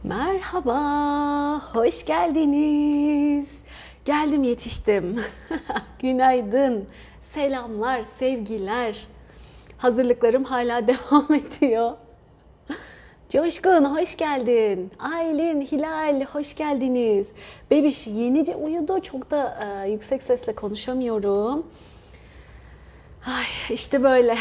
Merhaba, hoş geldiniz. Geldim yetiştim. Günaydın, selamlar, sevgiler. Hazırlıklarım hala devam ediyor. Coşkun, hoş geldin. Aylin, Hilal, hoş geldiniz. Bebiş yenice uyudu. Çok da yüksek sesle konuşamıyorum. Ay, işte böyle.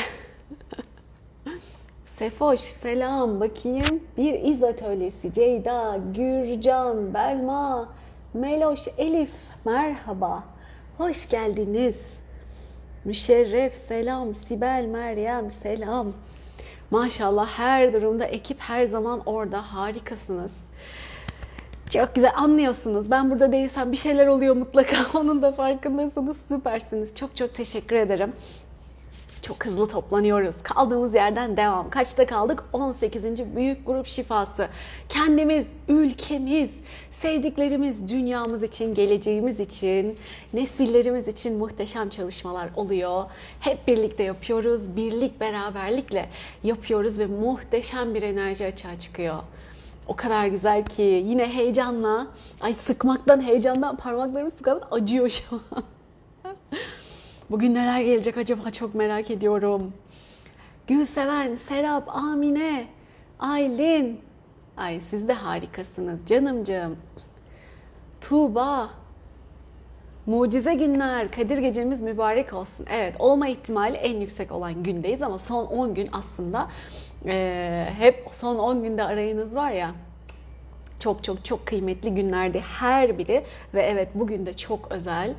Sefoş, selam. Bakayım. Bir iz atölyesi. Ceyda, Gürcan, Belma, Meloş, Elif. Merhaba. Hoş geldiniz. Müşerref, selam. Sibel, Meryem, selam. Maşallah her durumda ekip her zaman orada. Harikasınız. Çok güzel anlıyorsunuz. Ben burada değilsem bir şeyler oluyor mutlaka. Onun da farkındasınız. Süpersiniz. Çok çok teşekkür ederim. Çok hızlı toplanıyoruz. Kaldığımız yerden devam. Kaçta kaldık? 18. Büyük Grup Şifası. Kendimiz, ülkemiz, sevdiklerimiz, dünyamız için, geleceğimiz için, nesillerimiz için muhteşem çalışmalar oluyor. Hep birlikte yapıyoruz. Birlik, beraberlikle yapıyoruz ve muhteşem bir enerji açığa çıkıyor. O kadar güzel ki yine heyecanla, sıkmaktan, heyecandan parmaklarım sıkalı acıyor şu an. Bugün neler gelecek acaba çok merak ediyorum. Gülseven, Serap, Amine, Aylin. Ay siz de harikasınız canımcığım. Tuğba. Mucize günler. Kadir gecemiz mübarek olsun. Evet, olma ihtimali en yüksek olan gündeyiz ama son 10 gün aslında hep son 10 günde arayınız var ya. Çok çok çok kıymetli günlerdi her biri ve evet bugün de çok özel.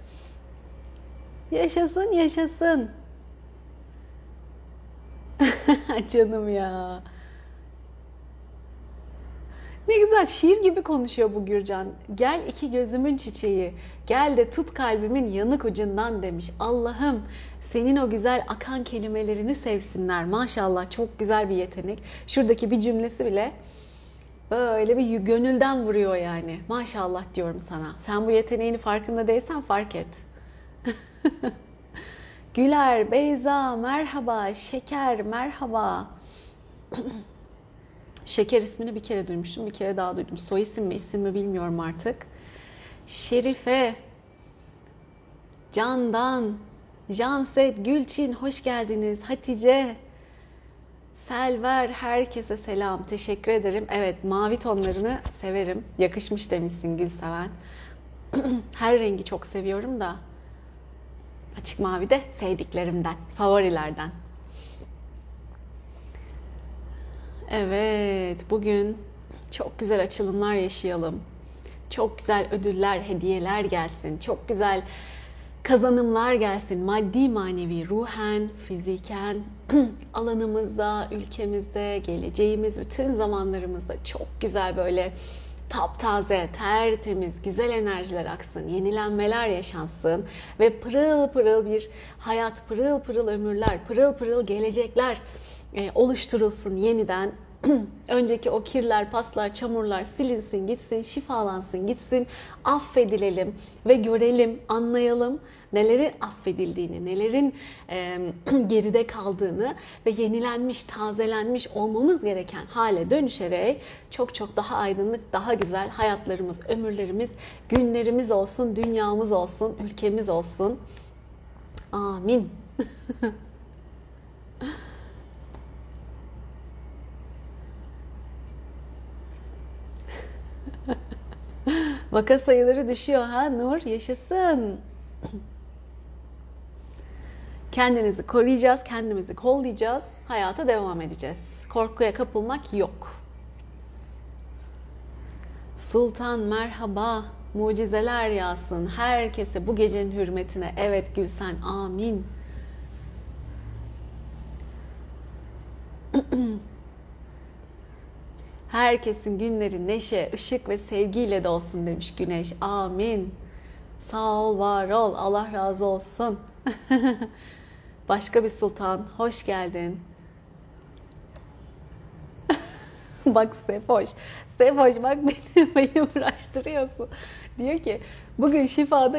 Yaşasın, yaşasın. Canım ya. Ne güzel şiir gibi konuşuyor bu Gürcan. Gel iki gözümün çiçeği, gel de tut kalbimin yanık ucundan demiş. Allah'ım senin o güzel akan kelimelerini sevsinler. Maşallah çok güzel bir yetenek. Şuradaki bir cümlesi bile böyle bir gönülden vuruyor yani. Maşallah diyorum sana. Sen bu yeteneğini farkında değilsen fark et. Güler, Beyza, merhaba. Şeker, merhaba. Şeker ismini bir kere duymuştum, bir kere daha duydum. Soy isim mi, isim mi bilmiyorum artık. Şerife, Candan, Janset, Gülçin, hoş geldiniz. Hatice, Selver, herkese selam. Teşekkür ederim. Evet, mavi tonlarını severim. Yakışmış demişsin Gülseven. Her rengi çok seviyorum da. Açık mavi de sevdiklerimden, favorilerden. Evet, bugün çok güzel açılımlar yaşayalım. Çok güzel ödüller, hediyeler gelsin. Çok güzel kazanımlar gelsin. Maddi, manevi, ruhen, fiziken, alanımızda, ülkemizde, geleceğimiz, bütün zamanlarımızda çok güzel böyle taptaze, tertemiz, güzel enerjiler aksın, yenilenmeler yaşansın ve pırıl pırıl bir hayat, pırıl pırıl ömürler, pırıl pırıl gelecekler oluşturulsun yeniden. Önceki o kirler, paslar, çamurlar silinsin, gitsin, şifalansın, gitsin, affedilelim ve görelim, anlayalım nelerin affedildiğini, nelerin geride kaldığını ve yenilenmiş, tazelenmiş olmamız gereken hale dönüşerek çok çok daha aydınlık, daha güzel hayatlarımız, ömürlerimiz, günlerimiz olsun, dünyamız olsun, ülkemiz olsun. Amin. Vaka sayıları düşüyor ha Nur, yaşasın. Kendinizi koruyacağız, kendimizi kollayacağız, hayata devam edeceğiz. Korkuya kapılmak yok. Sultan merhaba, mucizeler yağsın herkese bu gecenin hürmetine. Evet Gülsen, amin. Herkesin günleri neşe, ışık ve sevgiyle de olsun demiş Güneş. Amin. Sağ ol, var ol. Allah razı olsun. Başka bir sultan, hoş geldin. Bak Sefoş. Sefoş bak beni uğraştırıyorsun. Diyor ki bugün şifada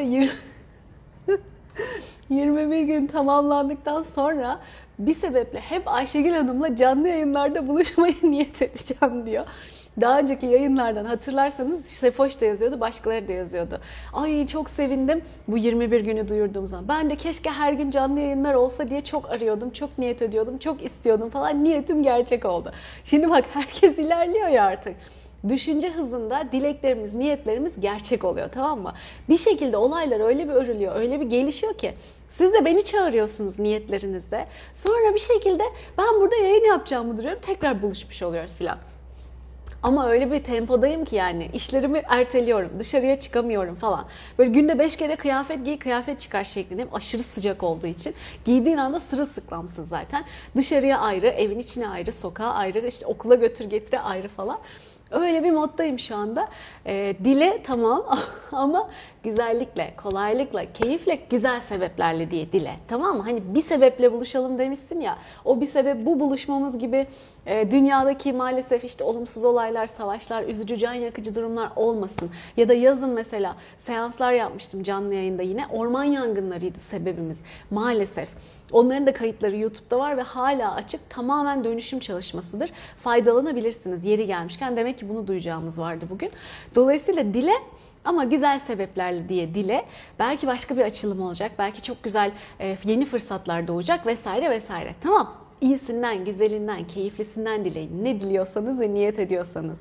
21 gün tamamlandıktan sonra bir sebeple hep Ayşegül Hanım'la canlı yayınlarda buluşmaya niyet edeceğim diyor. Daha önceki yayınlardan hatırlarsanız Sefoş da yazıyordu, başkaları da yazıyordu. Ay çok sevindim bu 21 günü duyurduğum zaman. Ben de keşke her gün canlı yayınlar olsa diye çok arıyordum, çok niyet ediyordum, çok istiyordum falan. Niyetim gerçek oldu. Şimdi bak herkes ilerliyor ya artık. Düşünce hızında dileklerimiz, niyetlerimiz gerçek oluyor, tamam mı? Bir şekilde olaylar öyle bir örülüyor, öyle bir gelişiyor ki siz de beni çağırıyorsunuz niyetlerinizde. Sonra bir şekilde ben burada yayın yapacağımı duruyorum, tekrar buluşmuş oluyoruz filan. Ama öyle bir tempodayım ki yani işlerimi erteliyorum, dışarıya çıkamıyorum falan. Böyle günde 5 kere kıyafet giy, kıyafet çıkar şeklindeyim. Aşırı sıcak olduğu için. Giydiğin anda sırılsıklamsın zaten. Dışarıya ayrı, evin içine ayrı, sokağa ayrı, işte okula götür getire ayrı falan. Öyle bir moddayım şu anda. Dile tamam ama güzellikle, kolaylıkla, keyifle, güzel sebeplerle diye dile. Tamam mı? Hani bir sebeple buluşalım demişsin ya. O bir sebep bu buluşmamız gibi dünyadaki maalesef işte olumsuz olaylar, savaşlar, üzücü, can yakıcı durumlar olmasın. Ya da yazın mesela seanslar yapmıştım canlı yayında yine. Orman yangınlarıydı sebebimiz maalesef. Onların da kayıtları YouTube'da var ve hala açık. Tamamen dönüşüm çalışmasıdır. Faydalanabilirsiniz yeri gelmişken. Demek ki bunu duyacağımız vardı bugün. Dolayısıyla dile ama güzel sebeplerle diye dile. Belki başka bir açılım olacak. Belki çok güzel yeni fırsatlar doğacak vesaire vesaire. Tamam. İyisinden, güzelinden, keyiflisinden dileyin. Ne diliyorsanız ve niyet ediyorsanız.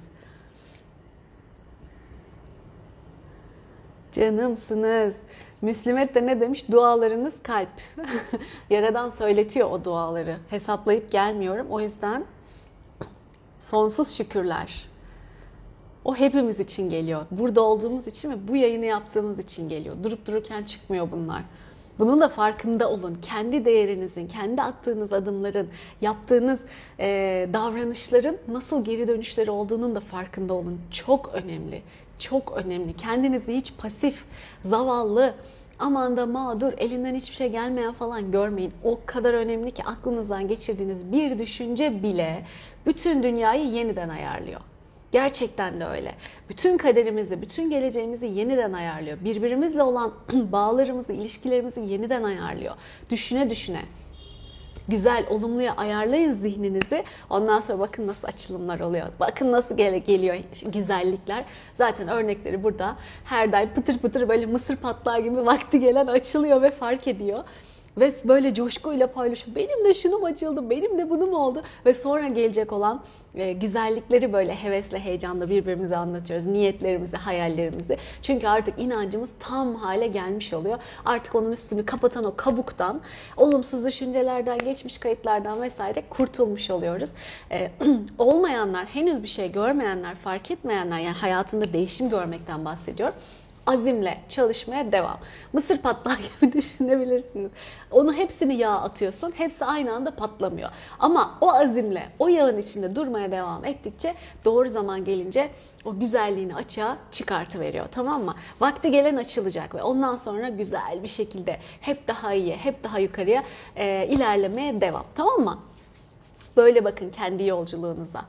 Canımsınız. Müslimet de ne demiş? Dualarınız kalp. Yaradan söyletiyor o duaları. Hesaplayıp gelmiyorum. O yüzden sonsuz şükürler. O hepimiz için geliyor. Burada olduğumuz için ve bu yayını yaptığımız için geliyor. Durup dururken çıkmıyor bunlar. Bunun da farkında olun. Kendi değerinizin, kendi attığınız adımların, yaptığınız davranışların nasıl geri dönüşleri olduğunun da farkında olun. Çok önemli. Çok önemli. Kendinizi hiç pasif, zavallı, aman da mağdur, elinden hiçbir şey gelmeyen falan görmeyin. O kadar önemli ki aklınızdan geçirdiğiniz bir düşünce bile bütün dünyayı yeniden ayarlıyor. Gerçekten de öyle. Bütün kaderimizi, bütün geleceğimizi yeniden ayarlıyor. Birbirimizle olan bağlarımızı, ilişkilerimizi yeniden ayarlıyor. Düşüne düşüne. Güzel, olumluya ayarlayın zihninizi. Ondan sonra bakın nasıl açılımlar oluyor. Bakın nasıl geliyor güzellikler. Zaten örnekleri burada. Her daim pıtır pıtır böyle mısır patlağı gibi vakti gelen açılıyor ve fark ediyor. Ve böyle coşkuyla paylaşıyor. Benim de şunum açıldı, benim de bunum oldu. Ve sonra gelecek olan güzellikleri böyle hevesle, heyecanla birbirimize anlatıyoruz. Niyetlerimizi, hayallerimizi. Çünkü artık inancımız tam hale gelmiş oluyor. Artık onun üstünü kapatan o kabuktan, olumsuz düşüncelerden, geçmiş kayıtlardan vesaire kurtulmuş oluyoruz. Olmayanlar, henüz bir şey görmeyenler, fark etmeyenler, yani hayatında değişim görmekten bahsediyorum. Azimle çalışmaya devam. Mısır patlağı gibi düşünebilirsiniz. Onu hepsini yağa atıyorsun. Hepsi aynı anda patlamıyor. Ama o azimle, o yağın içinde durmaya devam ettikçe doğru zaman gelince o güzelliğini açığa çıkartıveriyor. Tamam mı? Vakti gelen açılacak ve ondan sonra güzel bir şekilde hep daha iyi, hep daha yukarıya ilerlemeye devam. Tamam mı? Böyle bakın kendi yolculuğunuza.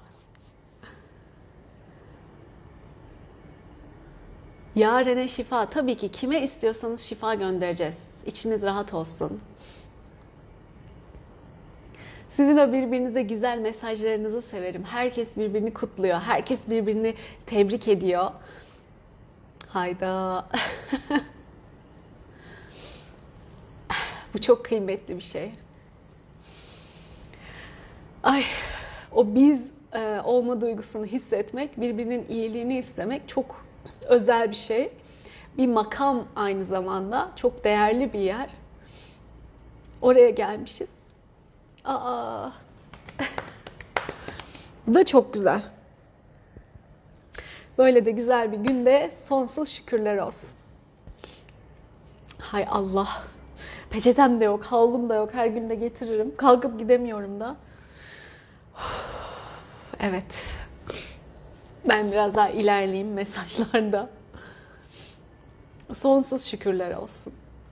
Yarene şifa. Tabii ki kime istiyorsanız şifa göndereceğiz. İçiniz rahat olsun. Sizin o birbirinize güzel mesajlarınızı severim. Herkes birbirini kutluyor. Herkes birbirini tebrik ediyor. Hayda. Bu çok kıymetli bir şey. Ay, o biz olma duygusunu hissetmek, birbirinin iyiliğini istemek çok özel bir şey. Bir makam aynı zamanda. Çok değerli bir yer. Oraya gelmişiz. Aa. Bu da çok güzel. Böyle de güzel bir günde sonsuz şükürler olsun. Hay Allah. Peçetem de yok, havlum da yok. Her gün de getiririm. Kalkıp gidemiyorum da. Evet. Ben biraz daha ilerleyeyim mesajlarda. Sonsuz şükürler olsun.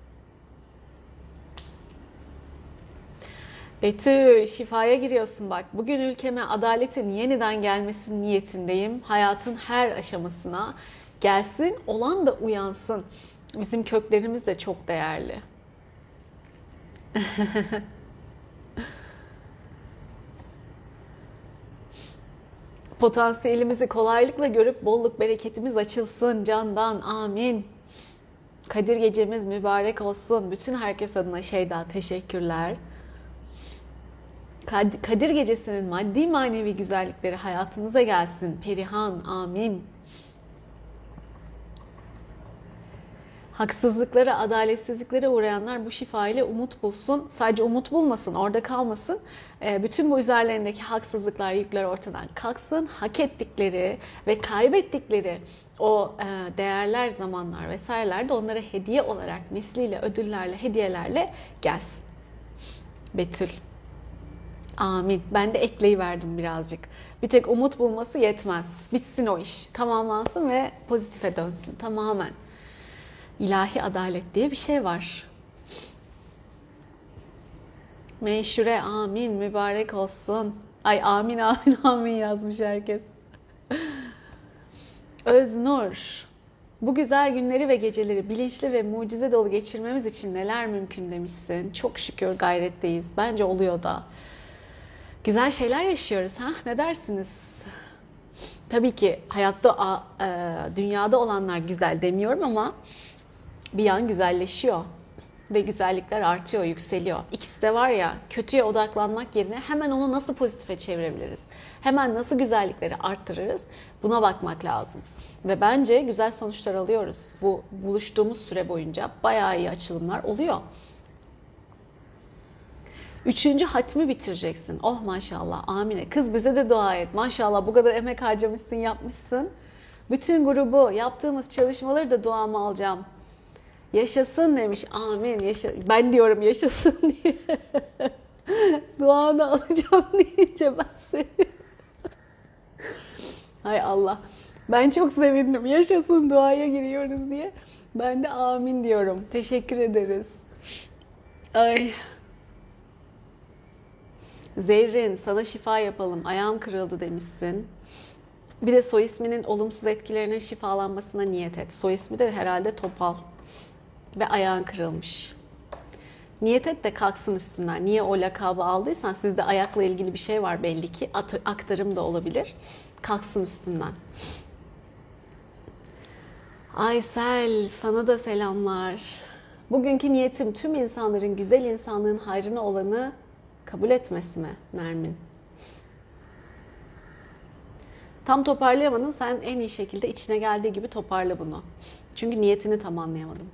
Betül, şifaya giriyorsun bak. Bugün ülkeme adaletin yeniden gelmesi niyetindeyim. Hayatın her aşamasına gelsin, olan da uyansın. Bizim köklerimiz de çok değerli. Potansiyelimizi kolaylıkla görüp bolluk bereketimiz açılsın candan. Amin. Kadir gecemiz mübarek olsun. Bütün herkes adına Şeyda teşekkürler. Kadir gecesinin maddi manevi güzellikleri hayatımıza gelsin. Perihan amin. Haksızlıklara, adaletsizliklere uğrayanlar bu şifa ile umut bulsun. Sadece umut bulmasın, orada kalmasın. Bütün bu üzerlerindeki haksızlıklar, yükler ortadan kalksın. Hak ettikleri ve kaybettikleri o değerler, zamanlar vesaireler de onlara hediye olarak misliyle, ödüllerle, hediyelerle gelsin. Betül. Amin. Ben de ekleyiverdim birazcık. Bir tek umut bulması yetmez. Bitsin o iş. Tamamlansın ve pozitife dönsün. Tamamen. İlahi adalet diye bir şey var. Meşhure amin. Mübarek olsun. Ay amin amin amin yazmış herkes. Öznur. Bu güzel günleri ve geceleri bilinçli ve mucize dolu geçirmemiz için neler mümkün demişsin. Çok şükür gayretteyiz. Bence oluyor da. Güzel şeyler yaşıyoruz ha? Ne dersiniz? Tabii ki hayatta, dünyada olanlar güzel demiyorum ama bir yan güzelleşiyor. Ve güzellikler artıyor, yükseliyor. İkisi de var ya, kötüye odaklanmak yerine hemen onu nasıl pozitife çevirebiliriz? Hemen nasıl güzellikleri arttırırız? Buna bakmak lazım. Ve bence güzel sonuçlar alıyoruz. Bu buluştuğumuz süre boyunca bayağı iyi açılımlar oluyor. 3. hatmi bitireceksin. Oh maşallah, amine. Kız bize de dua et. Maşallah bu kadar emek harcamışsın, yapmışsın. Bütün grubu, yaptığımız çalışmaları da duama alacağım. Yaşasın demiş. Amin. Ben diyorum yaşasın diye. Duanı alacağım deyince ben seni. Hay Allah. Ben çok sevindim. Yaşasın duaya giriyoruz diye. Ben de amin diyorum. Teşekkür ederiz. Ay. Zerrin sana şifa yapalım. Ayağım kırıldı demişsin. Bir de soy isminin olumsuz etkilerinin şifalanmasına niyet et. Soy ismi de herhalde Topal. Ve ayağın kırılmış. Niyet et de kalksın üstünden. Niye o lakabı aldıysan sizde ayakla ilgili bir şey var belli ki. Aktarım da olabilir. Kalksın üstünden. Aysel sana da selamlar. Bugünkü niyetim tüm insanların güzel insanlığın hayrına olanı kabul etmesi mi Nermin? Tam toparlayamadım. Sen en iyi şekilde içine geldiği gibi toparla bunu. Çünkü niyetini tam anlayamadım.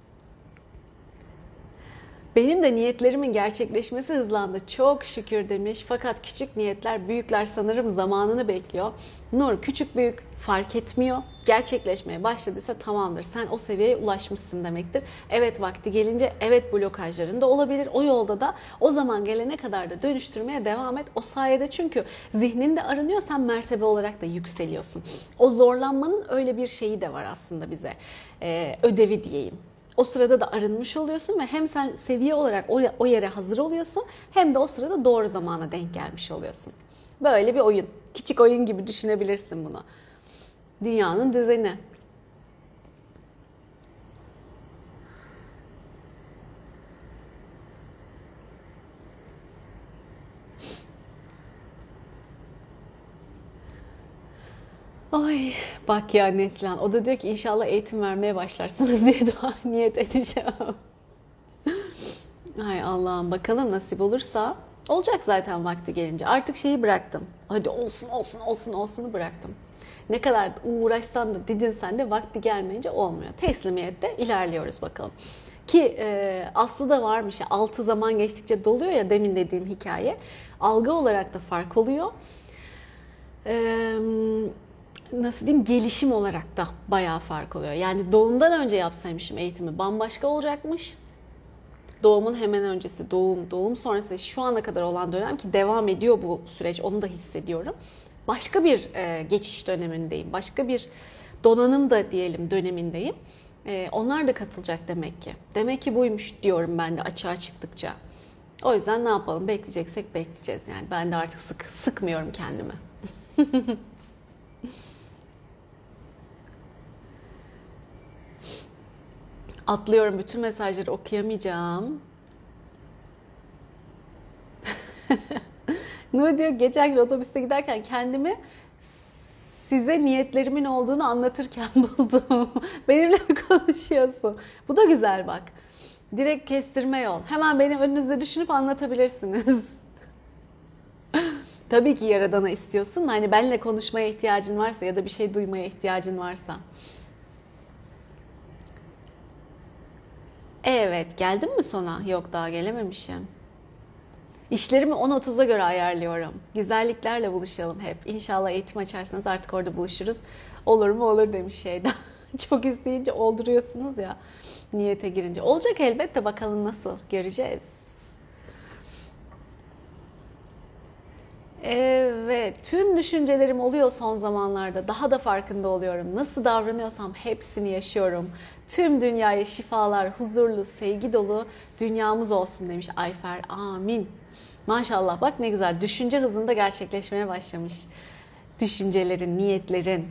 Benim de niyetlerimin gerçekleşmesi hızlandı. Çok şükür demiş. Fakat küçük niyetler, büyükler sanırım zamanını bekliyor. Nur, küçük büyük fark etmiyor. Gerçekleşmeye başladıysa tamamdır. Sen o seviyeye ulaşmışsın demektir. Evet vakti gelince evet blokajların da olabilir. O yolda da o zaman gelene kadar da dönüştürmeye devam et. O sayede çünkü zihnin de arınıyor. Sen mertebe olarak da yükseliyorsun. O zorlanmanın öyle bir şeyi de var aslında bize. Ödevi diyeyim. O sırada da arınmış oluyorsun ve hem sen seviye olarak o yere hazır oluyorsun hem de o sırada doğru zamana denk gelmiş oluyorsun. Böyle bir oyun. Küçük oyun gibi düşünebilirsin bunu. Dünyanın düzeni. Ay bak ya Neslihan. O da diyor ki inşallah eğitim vermeye başlarsınız diye dua niyet edeceğim. Ay Allah'ım bakalım nasip olursa. Olacak zaten vakti gelince. Artık şeyi bıraktım. Hadi olsun olsun olsun olsunu bıraktım. Ne kadar uğraşsan da didinsen de vakti gelmeyince olmuyor. Teslimiyette ilerliyoruz bakalım. Ki aslı da varmış ya 6 zaman geçtikçe doluyor ya demin dediğim hikaye. Algı olarak da fark oluyor. Nasıl diyeyim gelişim olarak da bayağı fark oluyor. Yani doğumdan önce yapsaymışım eğitimi bambaşka olacakmış. Doğumun hemen öncesi, doğum sonrası ve şu ana kadar olan dönem ki devam ediyor bu süreç onu da hissediyorum. Başka bir geçiş dönemindeyim. Başka bir donanım da diyelim dönemindeyim. Onlar da katılacak demek ki. Demek ki buymuş diyorum ben de açığa çıktıkça. O yüzden ne yapalım bekleyeceksek bekleyeceğiz. Yani ben de artık sıkmıyorum kendimi. Atlıyorum bütün mesajları okuyamayacağım. Nur diyor geçen gün otobüste giderken kendimi size niyetlerimin olduğunu anlatırken buldum. Benimle mi konuşuyorsun? Bu da güzel bak. Direkt kestirme yol. Hemen benim önünüzde düşünüp anlatabilirsiniz. Tabii ki Yaradan'a istiyorsun. Hani benimle konuşmaya ihtiyacın varsa ya da bir şey duymaya ihtiyacın varsa. Evet, geldin mi sona? Yok, daha gelememişim. İşlerimi 10.30'a göre ayarlıyorum. Güzelliklerle buluşalım hep. İnşallah eğitim açarsanız artık orada buluşuruz. Olur mu olur demiş şeyden. Çok isteyince olduruyorsunuz ya niyete girince. Olacak elbette, bakalım nasıl göreceğiz. Evet, tüm düşüncelerim oluyor son zamanlarda. Daha da farkında oluyorum. Nasıl davranıyorsam hepsini yaşıyorum. Tüm dünyaya şifalar, huzurlu, sevgi dolu dünyamız olsun demiş Ayfer. Amin. Maşallah bak ne güzel. Düşünce hızında gerçekleşmeye başlamış. Düşüncelerin, niyetlerin.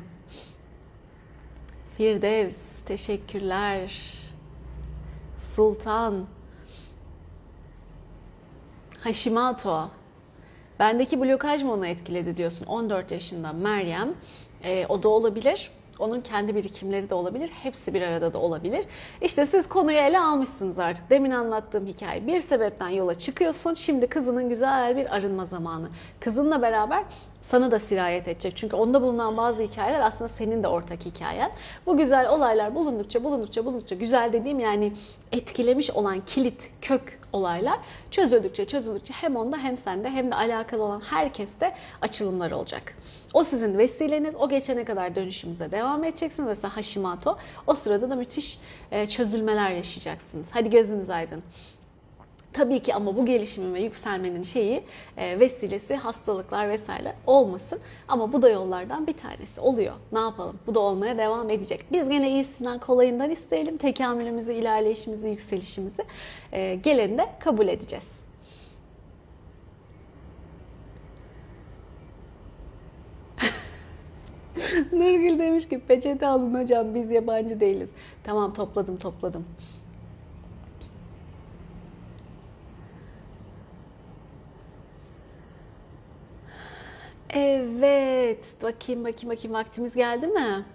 Firdevs, teşekkürler. Sultan. Hashimoto. Bendeki blokaj mı onu etkiledi diyorsun. 14 yaşında Meryem. O da olabilir. Onun kendi birikimleri de olabilir. Hepsi bir arada da olabilir. İşte siz konuyu ele almışsınız artık. Demin anlattığım hikaye. Bir sebepten yola çıkıyorsun. Şimdi kızının güzel bir arınma zamanı. Kızınla beraber sana da sirayet edecek. Çünkü onda bulunan bazı hikayeler aslında senin de ortak hikayen. Bu güzel olaylar bulundukça güzel dediğim yani etkilemiş olan kilit, kök olaylar çözüldükçe hem onda hem sende hem de alakalı olan herkeste açılımlar olacak. O sizin vesileniz. O geçene kadar dönüşümüze devam edeceksiniz. Mesela Hashimoto. O sırada da müthiş çözülmeler yaşayacaksınız. Hadi gözünüz aydın. Tabii ki ama bu gelişimin ve yükselmenin vesilesi hastalıklar vesaire olmasın. Ama bu da yollardan bir tanesi oluyor. Ne yapalım? Bu da olmaya devam edecek. Biz gene iyisinden kolayından isteyelim. Tekamülümüzü, ilerleyişimizi, yükselişimizi geleni de kabul edeceğiz. Nurgül demiş ki peçete alın hocam biz yabancı değiliz. Tamam topladım. Evet. Bakayım vaktimiz geldi mi?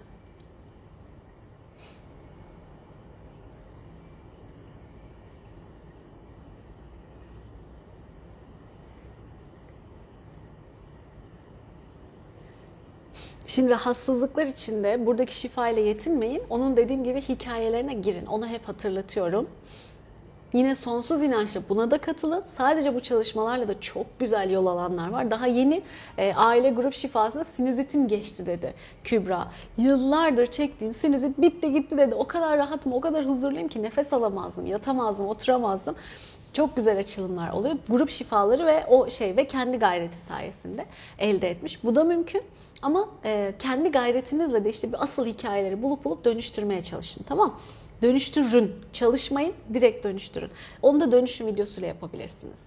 Şimdi rahatsızlıklar içinde buradaki şifa ile yetinmeyin. Onun dediğim gibi hikayelerine girin. Onu hep hatırlatıyorum. Yine sonsuz inançla buna da katılın. Sadece bu çalışmalarla da çok güzel yol alanlar var. Daha yeni aile grup şifasında sinüzitim geçti dedi Kübra. Yıllardır çektiğim sinüzit bitti gitti dedi. O kadar rahatım, o kadar huzurluyum ki nefes alamazdım, yatamazdım, oturamazdım. Çok güzel açılımlar oluyor. Grup şifaları ve ve kendi gayreti sayesinde elde etmiş. Bu da mümkün. Ama kendi gayretinizle de işte bir asıl hikayeleri bulup dönüştürmeye çalışın, tamam? Dönüştürün. Çalışmayın, direkt dönüştürün. Onu da dönüşüm videosuyla yapabilirsiniz.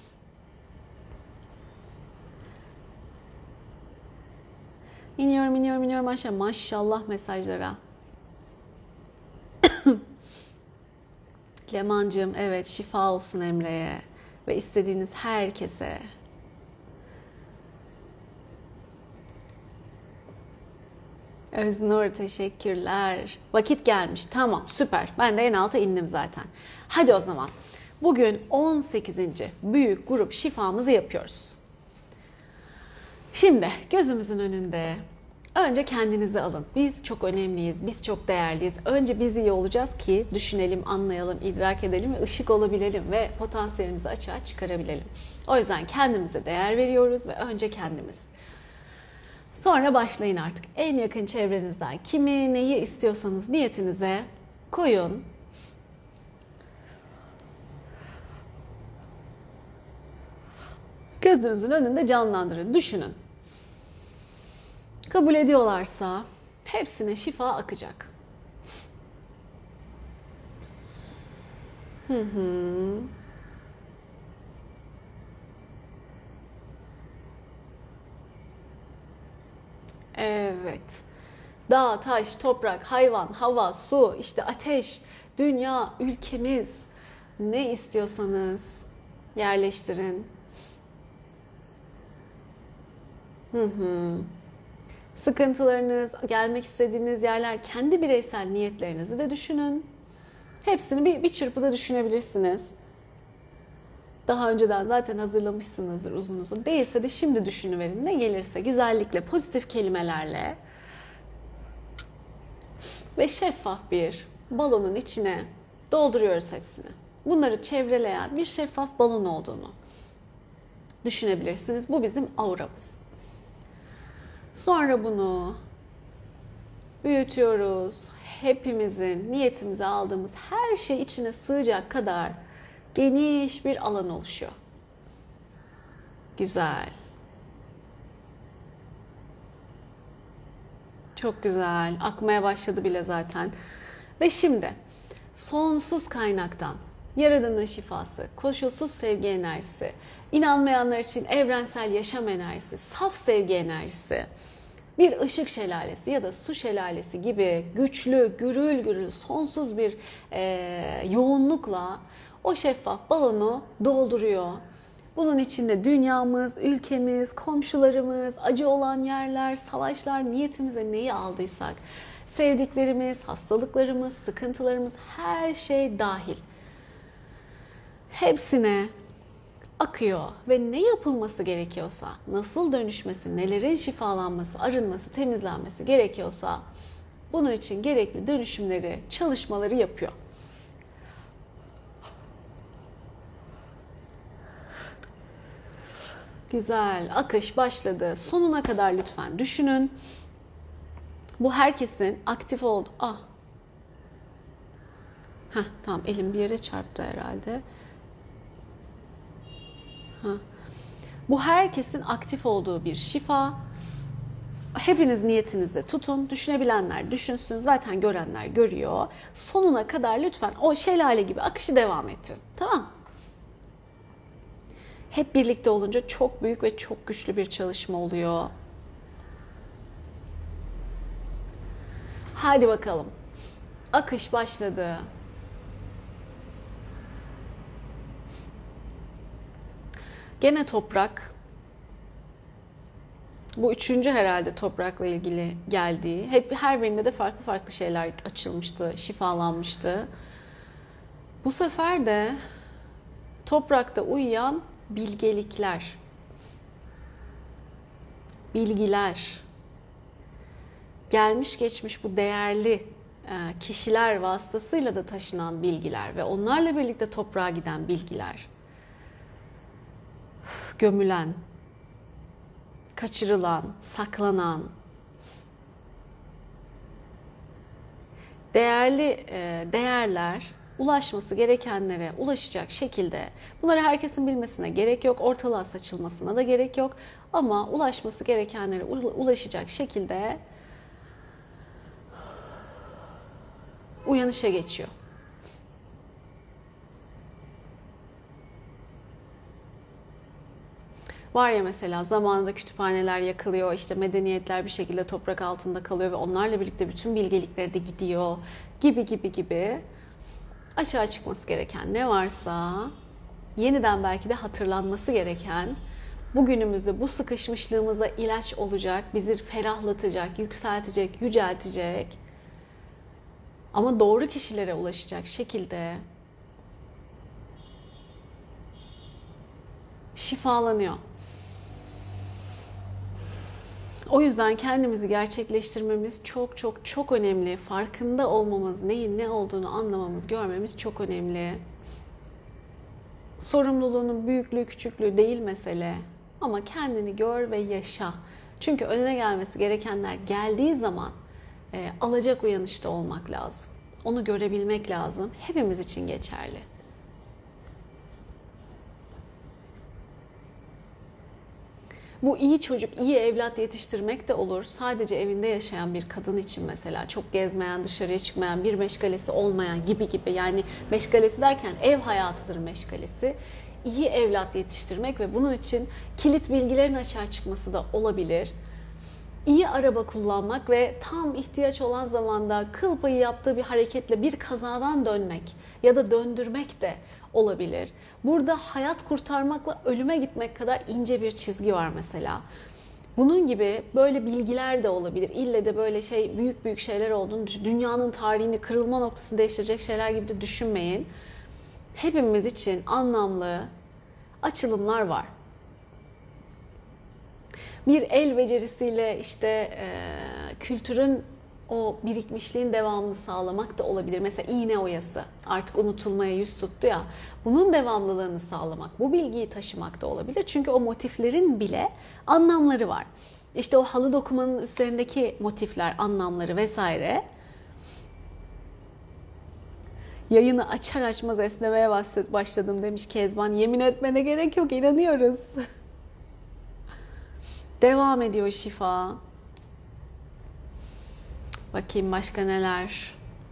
İniyorum aşağı. Maşallah mesajlara. Lemancığım evet şifa olsun Emre'ye ve istediğiniz herkese. Öznur teşekkürler. Vakit gelmiş. Tamam süper. Ben de en alta indim zaten. Hadi o zaman. Bugün 18. büyük grup şifamızı yapıyoruz. Şimdi gözümüzün önünde önce kendinizi alın. Biz çok önemliyiz, biz çok değerliyiz. Önce biz iyi olacağız ki düşünelim, anlayalım, idrak edelim ve ışık olabilelim ve potansiyelimizi açığa çıkarabilelim. O yüzden kendimize değer veriyoruz ve önce kendimiz. Sonra başlayın artık. En yakın çevrenizden kimi, neyi istiyorsanız niyetinize koyun. Gözünüzün önünde canlandırın, düşünün. Kabul ediyorlarsa hepsine şifa akacak. Evet. Dağ, taş, toprak, hayvan, hava, su, işte ateş, dünya, ülkemiz. Ne istiyorsanız yerleştirin. Sıkıntılarınız, gelmek istediğiniz yerler, kendi bireysel niyetlerinizi de düşünün. Hepsini bir çırpıda düşünebilirsiniz. Daha önceden zaten hazırlamışsınızdır uzun uzun. Değilse de şimdi düşünüverin. Ne gelirse güzellikle, pozitif kelimelerle ve şeffaf bir balonun içine dolduruyoruz hepsini. Bunları çevreleyen bir şeffaf balon olduğunu düşünebilirsiniz. Bu bizim auramız. Sonra bunu büyütüyoruz. Hepimizin niyetimize aldığımız her şey içine sığacak kadar geniş bir alan oluşuyor. Güzel. Çok güzel. Akmaya başladı bile zaten. Ve şimdi sonsuz kaynaktan Yaradan'ın şifası, koşulsuz sevgi enerjisi, inanmayanlar için evrensel yaşam enerjisi, saf sevgi enerjisi, bir ışık şelalesi ya da su şelalesi gibi güçlü, gürül gürül, sonsuz bir yoğunlukla o şeffaf balonu dolduruyor. Bunun içinde dünyamız, ülkemiz, komşularımız, acı olan yerler, savaşlar, niyetimize neyi aldıysak, sevdiklerimiz, hastalıklarımız, sıkıntılarımız, her şey dahil. Hepsine akıyor ve ne yapılması gerekiyorsa, nasıl dönüşmesi, nelerin şifalanması, arınması, temizlenmesi gerekiyorsa bunun için gerekli dönüşümleri, çalışmaları yapıyor. Güzel, akış başladı. Sonuna kadar lütfen düşünün. Bu herkesin aktif olduğu... Tamam, elim bir yere çarptı herhalde. Bu herkesin aktif olduğu bir şifa. Hepiniz niyetinizde tutun. Düşünebilenler düşünsün. Zaten görenler görüyor. Sonuna kadar lütfen o şelale gibi akışı devam ettirin. Tamam. Hep birlikte olunca çok büyük ve çok güçlü bir çalışma oluyor. Haydi bakalım. Akış başladı. Gene toprak. Bu üçüncü herhalde toprakla ilgili geldiği. Her birinde de farklı farklı şeyler açılmıştı, şifalanmıştı. Bu sefer de toprakta uyuyan bilgelikler, bilgiler, gelmiş geçmiş bu değerli kişiler vasıtasıyla da taşınan bilgiler ve onlarla birlikte toprağa giden bilgiler, gömülen, kaçırılan, saklanan, değerli değerler ulaşması gerekenlere ulaşacak şekilde, bunları herkesin bilmesine gerek yok, ortalığa saçılmasına da gerek yok ama ulaşması gerekenlere ulaşacak şekilde uyanışa geçiyor. Var ya mesela zamanında kütüphaneler yakılıyor, işte medeniyetler bir şekilde toprak altında kalıyor ve onlarla birlikte bütün bilgelikleri de gidiyor gibi. Açığa çıkması gereken ne varsa, yeniden belki de hatırlanması gereken, bugünümüzde bu sıkışmışlığımıza ilaç olacak, bizi ferahlatacak, yükseltecek, yüceltecek ama doğru kişilere ulaşacak şekilde şifalanıyor. O yüzden kendimizi gerçekleştirmemiz çok önemli. Farkında olmamız, neyin ne olduğunu anlamamız, görmemiz çok önemli. Sorumluluğunun büyüklüğü, küçüklüğü değil mesele. Ama kendini gör ve yaşa. Çünkü önüne gelmesi gerekenler geldiği zaman alacak uyanışta olmak lazım. Onu görebilmek lazım. Hepimiz için geçerli. Bu iyi çocuk, iyi evlat yetiştirmek de olur. Sadece evinde yaşayan bir kadın için mesela, çok gezmeyen, dışarıya çıkmayan, bir meşgalesi olmayan gibi. Yani meşgalesi derken ev hayatıdır meşgalesi. İyi evlat yetiştirmek ve bunun için kilit bilgilerin açığa çıkması da olabilir. İyi araba kullanmak ve tam ihtiyaç olan zamanda kıl payı yaptığı bir hareketle bir kazadan dönmek ya da döndürmek de olabilir. Burada hayat kurtarmakla ölüme gitmek kadar ince bir çizgi var mesela. Bunun gibi böyle bilgiler de olabilir. İlle de böyle büyük büyük şeyler olduğunu düşün. Dünyanın tarihini, kırılma noktasını değiştirecek şeyler gibi de düşünmeyin. Hepimiz için anlamlı açılımlar var. Bir el becerisiyle kültürün o birikmişliğin devamını sağlamak da olabilir. Mesela iğne oyası artık unutulmaya yüz tuttu ya. Bunun devamlılığını sağlamak, bu bilgiyi taşımak da olabilir. Çünkü o motiflerin bile anlamları var. İşte o halı dokumanın üzerindeki motifler, anlamları vesaire. Yayını açar açmaz esnemeye başladım demiş Kezban. Yemin etmene gerek yok, inanıyoruz. Devam ediyor şifa. Bakayım başka neler.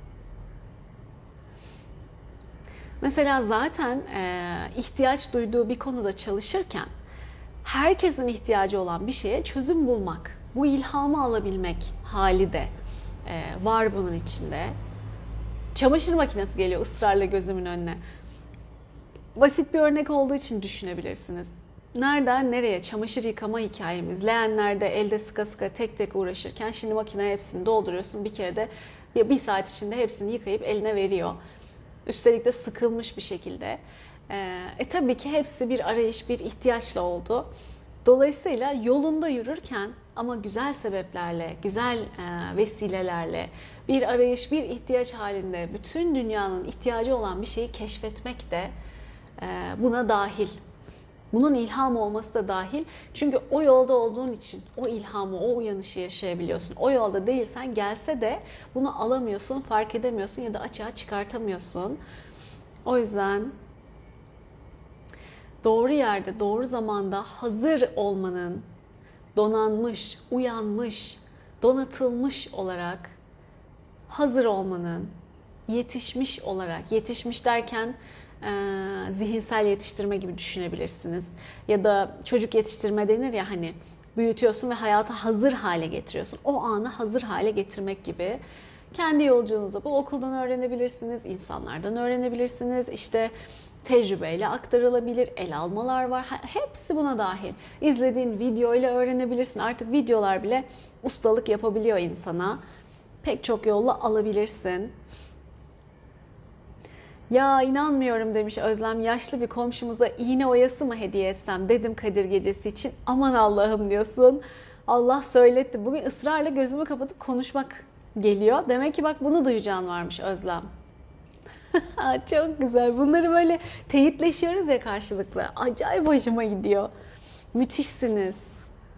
Mesela zaten ihtiyaç duyduğu bir konuda çalışırken herkesin ihtiyacı olan bir şeye çözüm bulmak, bu ilhamı alabilmek hali de var bunun içinde. Çamaşır makinesi geliyor ısrarla gözümün önüne. Basit bir örnek olduğu için düşünebilirsiniz. Nereden nereye çamaşır yıkama hikayemiz. Leğenlerde elde sıka sıka tek tek uğraşırken şimdi makineye hepsini dolduruyorsun. Bir kere de ya bir saat içinde hepsini yıkayıp eline veriyor. Üstelik de sıkılmış bir şekilde. Tabii ki hepsi bir arayış, bir ihtiyaçla oldu. Dolayısıyla yolunda yürürken ama güzel sebeplerle, güzel vesilelerle bir arayış, bir ihtiyaç halinde bütün dünyanın ihtiyacı olan bir şeyi keşfetmek de buna dahil. Bunun ilham olması da dahil. Çünkü o yolda olduğun için o ilhamı, o uyanışı yaşayabiliyorsun. O yolda değilsen gelse de bunu alamıyorsun, fark edemiyorsun ya da açığa çıkartamıyorsun. O yüzden doğru yerde, doğru zamanda hazır olmanın, donanmış, uyanmış, donatılmış olarak hazır olmanın, yetişmiş olarak, yetişmiş derken zihinsel yetiştirme gibi düşünebilirsiniz. Ya da çocuk yetiştirme denir ya hani büyütüyorsun ve hayata hazır hale getiriyorsun. O anı hazır hale getirmek gibi. Kendi yolculuğunuzu bu okuldan öğrenebilirsiniz, insanlardan öğrenebilirsiniz. İşte tecrübeyle aktarılabilir, el almalar var. Hepsi buna dahil. İzlediğin video ile öğrenebilirsin. Artık videolar bile ustalık yapabiliyor insana. Pek çok yolla alabilirsin. Ya inanmıyorum demiş Özlem. Yaşlı bir komşumuza iğne oyası mı hediye etsem dedim Kadir Gecesi için. Aman Allah'ım diyorsun. Allah söyletti. Bugün ısrarla gözümü kapatıp konuşmak geliyor. Demek ki bak bunu duyacağın varmış Özlem. Çok güzel. Bunları böyle teyitleşiyoruz ya karşılıklı. Acayip hoşuma gidiyor. Müthişsiniz.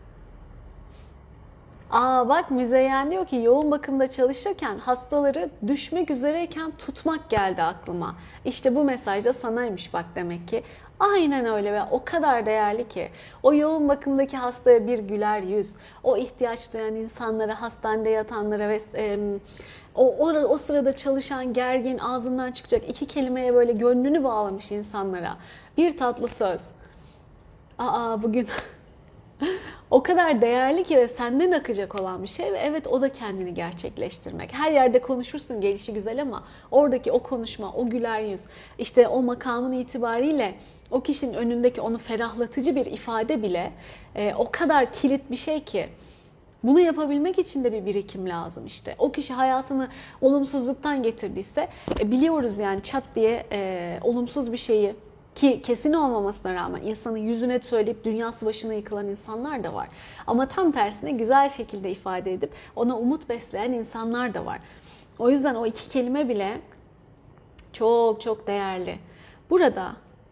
Bak Müzeyyen diyor ki yoğun bakımda çalışırken hastaları düşmek üzereyken tutmak geldi aklıma. İşte bu mesaj da sanaymış bak demek ki. Aynen öyle ve o kadar değerli ki. O yoğun bakımdaki hastaya bir güler yüz, o ihtiyaç duyan insanlara, hastanede yatanlara ve o sırada çalışan gergin ağzından çıkacak iki kelimeye böyle gönlünü bağlamış insanlara bir tatlı söz. Bugün o kadar değerli ki ve senden akacak olan bir şey ve evet o da kendini gerçekleştirmek. Her yerde konuşursun gelişi güzel ama oradaki o konuşma, o güler yüz, işte o makamın itibariyle o kişinin önündeki onu ferahlatıcı bir ifade bile o kadar kilit bir şey ki. Bunu yapabilmek için de bir birikim lazım işte. O kişi hayatını olumsuzluktan getirdiyse biliyoruz yani çat diye olumsuz bir şeyi ki kesin olmamasına rağmen insanın yüzüne söyleyip dünyası başına yıkılan insanlar da var. Ama tam tersine güzel şekilde ifade edip ona umut besleyen insanlar da var. O yüzden o iki kelime bile çok çok değerli. Burada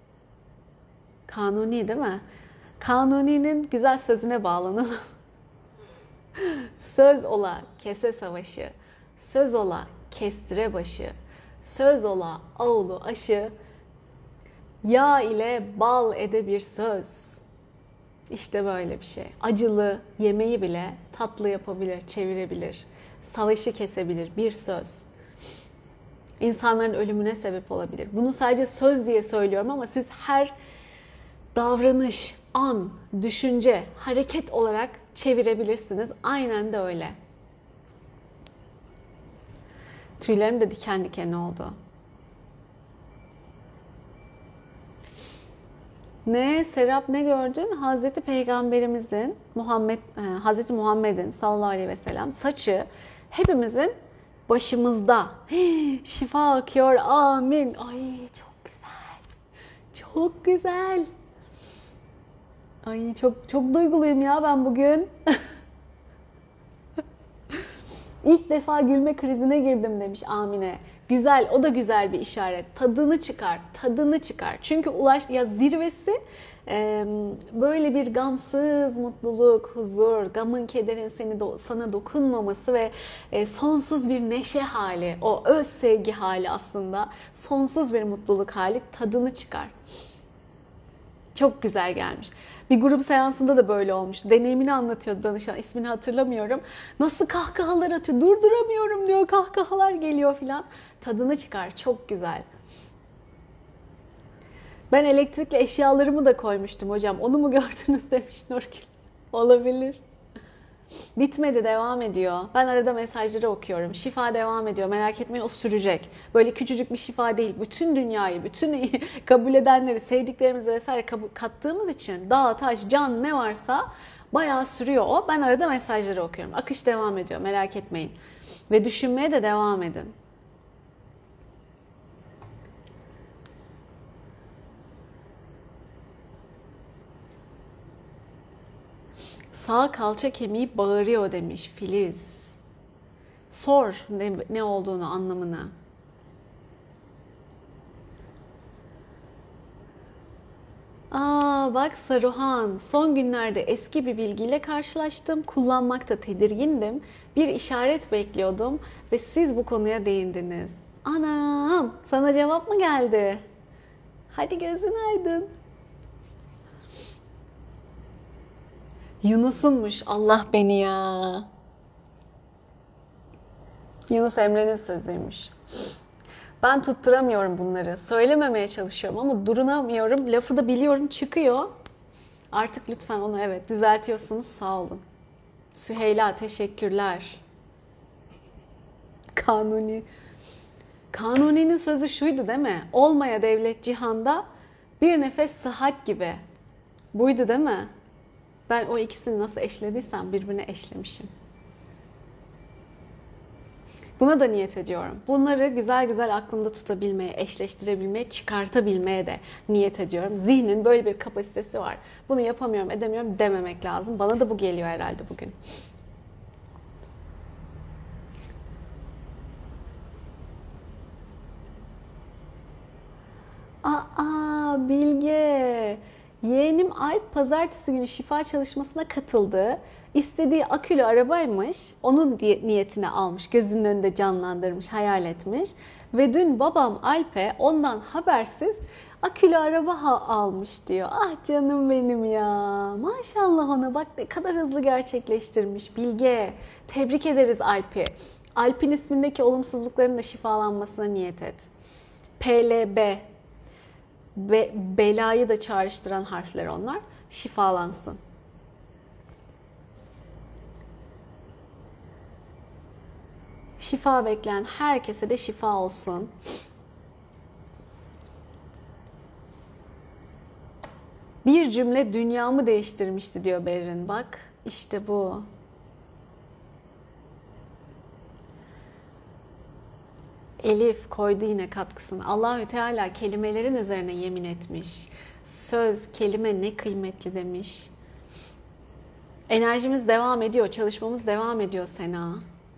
Kanuni değil mi? Kanuni'nin güzel sözüne bağlanalım. Söz ola kese savaşı, söz ola kestire başı, söz ola avlu aşı, yağ ile bal ede bir söz. İşte böyle bir şey. Acılı yemeği bile tatlı yapabilir, çevirebilir. Savaşı kesebilir bir söz. İnsanların ölümüne sebep olabilir. Bunu sadece söz diye söylüyorum ama siz her davranış, an, düşünce, hareket olarak çevirebilirsiniz. Aynen de öyle. Tüylerim de diken diken oldu. Ne Serap, ne gördün? Hazreti Peygamberimizin Hazreti Muhammed'in sallallahu aleyhi ve sellem saçı hepimizin başımızda. Şifa akıyor. Amin. Ay çok güzel. Çok güzel. Ay çok duyguluyum ya ben bugün. İlk defa gülme krizine girdim demiş Amine. Güzel, o da güzel bir işaret. Tadını çıkar, tadını çıkar. Çünkü zirvesi böyle bir gamsız mutluluk, huzur, gamın, kederin sana dokunmaması ve sonsuz bir neşe hali, o öz sevgi hali aslında, sonsuz bir mutluluk hali, tadını çıkar. Çok güzel gelmiş. Bir grup seansında da böyle olmuş. Deneyimini anlatıyordu danışan. İsmini hatırlamıyorum. Nasıl kahkahalar atıyor. Durduramıyorum diyor. Kahkahalar geliyor filan. Tadını çıkar. Çok güzel. Ben elektrikli eşyalarımı da koymuştum hocam. Onu mu gördünüz demiş Nurgül. Olabilir. Bitmedi, devam ediyor. Ben arada mesajları okuyorum. Şifa devam ediyor. Merak etmeyin, o sürecek. Böyle küçücük bir şifa değil. Bütün dünyayı, bütün kabul edenleri, sevdiklerimizi vesaire kattığımız için dağ, taş, can ne varsa bayağı sürüyor o. Ben arada mesajları okuyorum. Akış devam ediyor. Merak etmeyin. Ve düşünmeye de devam edin. Sağ kalça kemiği bağırıyor demiş Filiz. Sor ne olduğunu, anlamını. Bak Saruhan, son günlerde eski bir bilgiyle karşılaştım. Kullanmakta tedirgindim. Bir işaret bekliyordum ve siz bu konuya değindiniz. Anam, sana cevap mı geldi? Hadi gözün aydın. Yunus'unmuş. Allah beni ya. Yunus Emre'nin sözüymüş. Ben tutturamıyorum bunları. Söylememeye çalışıyorum ama durunamıyorum. Lafı da biliyorum, çıkıyor. Artık lütfen onu düzeltiyorsunuz. Sağ olun. Süheyla teşekkürler. Kanuni. Kanuni'nin sözü şuydu değil mi? Olmaya devlet cihanda bir nefes sıhhat gibi. Buydu değil mi? Ben o ikisini nasıl eşlediysem birbirine eşlemişim. Buna da niyet ediyorum. Bunları güzel güzel aklımda tutabilmeye, eşleştirebilmeye, çıkartabilmeye de niyet ediyorum. Zihnin böyle bir kapasitesi var. Bunu yapamıyorum, edemiyorum dememek lazım. Bana da bu geliyor herhalde bugün. Bilge. Yeğenim Alp pazartesi günü şifa çalışmasına katıldı. İstediği akülü arabaymış. Onun niyetine almış. Gözünün önünde canlandırmış, hayal etmiş. Ve dün babam Alp'e ondan habersiz akülü araba almış diyor. Ah canım benim ya. Maşallah ona, bak ne kadar hızlı gerçekleştirmiş Bilge. Tebrik ederiz Alp'i. Alp'in ismindeki olumsuzlukların da şifalanmasına niyet et. PLB. Belayı da çağrıştıran harfler onlar. Şifalansın. Şifa bekleyen herkese de şifa olsun. Bir cümle dünyamı değiştirmişti diyor Berrin. Bak işte bu. Elif koydu yine katkısını. Allahü Teala kelimelerin üzerine yemin etmiş. Söz, kelime ne kıymetli demiş. Enerjimiz devam ediyor, çalışmamız devam ediyor Sena.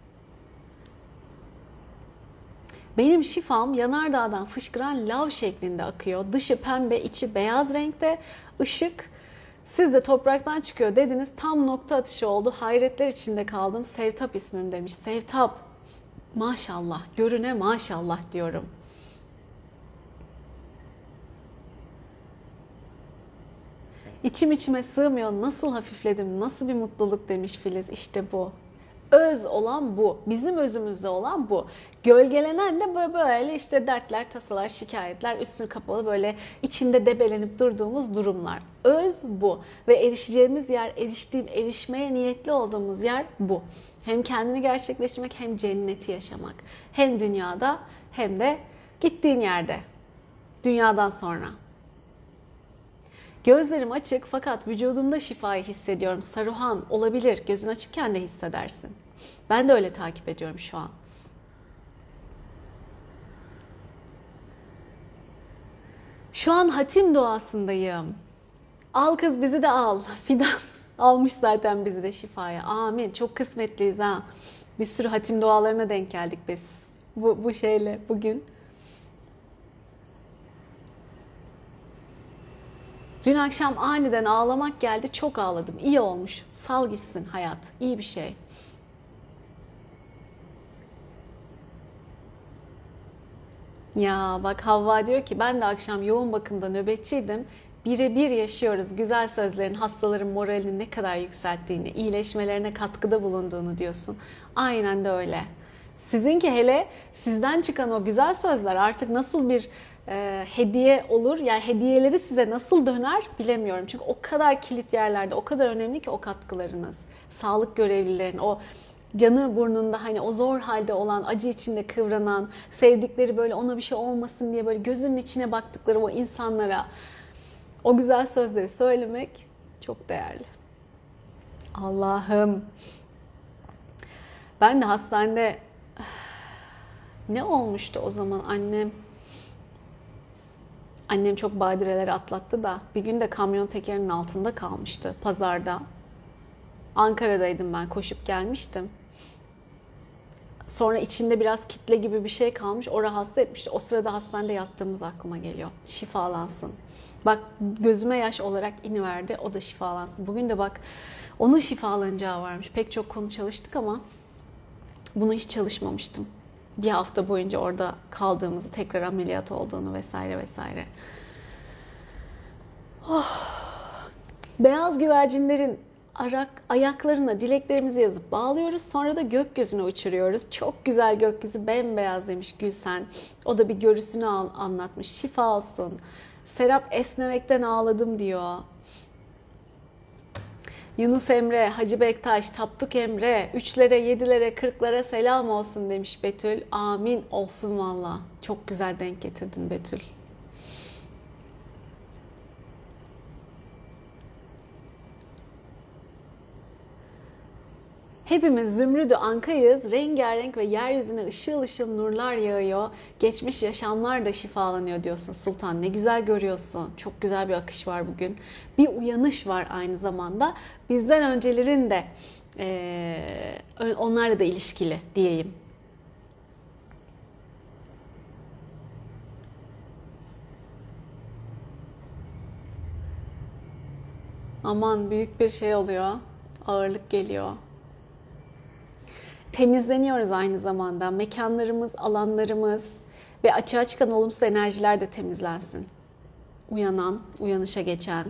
Benim şifam yanardağdan fışkıran lav şeklinde akıyor. Dışı pembe, içi beyaz renkte. Işık, siz de topraktan çıkıyor dediniz. Tam nokta atışı oldu. Hayretler içinde kaldım. Sevtap ismim demiş. Sevtap. Maşallah. Görüne maşallah diyorum. İçim içime sığmıyor. Nasıl hafifledim. Nasıl bir mutluluk demiş Filiz. İşte bu. Öz olan bu. Bizim özümüzde olan bu. Gölgelenen de böyle işte dertler, tasalar, şikayetler, üstünü kapalı böyle içinde debelenip durduğumuz durumlar. Öz bu. Ve erişeceğimiz yer, erişmeye niyetli olduğumuz yer bu. Hem kendini gerçekleştirmek hem cenneti yaşamak. Hem dünyada hem de gittiğin yerde. Dünyadan sonra. Gözlerim açık fakat vücudumda şifayı hissediyorum. Saruhan olabilir. Gözün açıkken de hissedersin. Ben de öyle takip ediyorum şu an. Şu an hatim duasındayım. Al kız bizi de al. Fidan almış zaten bizi de şifaya. Amin. Çok kısmetliyiz ha. Bir sürü hatim dualarına denk geldik biz. Bu şeyle bugün. Dün akşam aniden ağlamak geldi. Çok ağladım. İyi olmuş. Sal gitsin hayat. İyi bir şey. Ya bak Havva diyor ki ben de akşam yoğun bakımda nöbetçiydim. Birebir yaşıyoruz güzel sözlerin hastaların moralini ne kadar yükselttiğini, iyileşmelerine katkıda bulunduğunu diyorsun. Aynen de öyle. Sizinki hele sizden çıkan o güzel sözler artık nasıl bir hediye olur? Yani hediyeleri size nasıl döner bilemiyorum. Çünkü o kadar kilit yerlerde, o kadar önemli ki o katkılarınız. Sağlık görevlilerin o canı burnunda hani o zor halde olan, acı içinde kıvranan, sevdikleri böyle ona bir şey olmasın diye böyle gözünün içine baktıkları o insanlara o güzel sözleri söylemek çok değerli. Allah'ım. Ben de hastanede ne olmuştu o zaman annem çok badireleri atlattı da bir gün de kamyon tekerinin altında kalmıştı pazarda. Ankara'daydım ben koşup gelmiştim. Sonra içinde biraz kitle gibi bir şey kalmış. O rahatsız etmişti. O sırada hastanede yattığımız aklıma geliyor. Şifalansın. Bak gözüme yaş olarak iniverdi. O da şifalansın. Bugün de bak onun şifalanacağı varmış. Pek çok konu çalıştık ama bunu hiç çalışmamıştım. Bir hafta boyunca orada kaldığımızı, tekrar ameliyat olduğunu vesaire vesaire. Oh. Beyaz güvercinlerin ayaklarına dileklerimizi yazıp bağlıyoruz. Sonra da gökyüzüne uçuruyoruz. Çok güzel gökyüzü bembeyaz demiş Gülsen. O da bir görüsünü anlatmış. Şifa olsun. Serap esnemekten ağladım diyor. Yunus Emre, Hacı Bektaş, Tapduk Emre, 3'lere, 7'lere, 40'lara selam olsun demiş Betül. Amin olsun valla. Çok güzel denk getirdin Betül. Hepimiz zümrüdü ankayız, rengarenk ve yeryüzüne ışıl ışıl nurlar yağıyor. Geçmiş yaşamlar da şifalanıyor diyorsun Sultan. Ne güzel görüyorsun. Çok güzel bir akış var bugün. Bir uyanış var aynı zamanda. Bizden öncelerin de onlarla da ilişkili diyeyim. Aman büyük bir şey oluyor. Ağırlık geliyor. Temizleniyoruz aynı zamanda. Mekanlarımız, alanlarımız ve açığa çıkan olumsuz enerjiler de temizlensin. Uyanan, uyanışa geçen.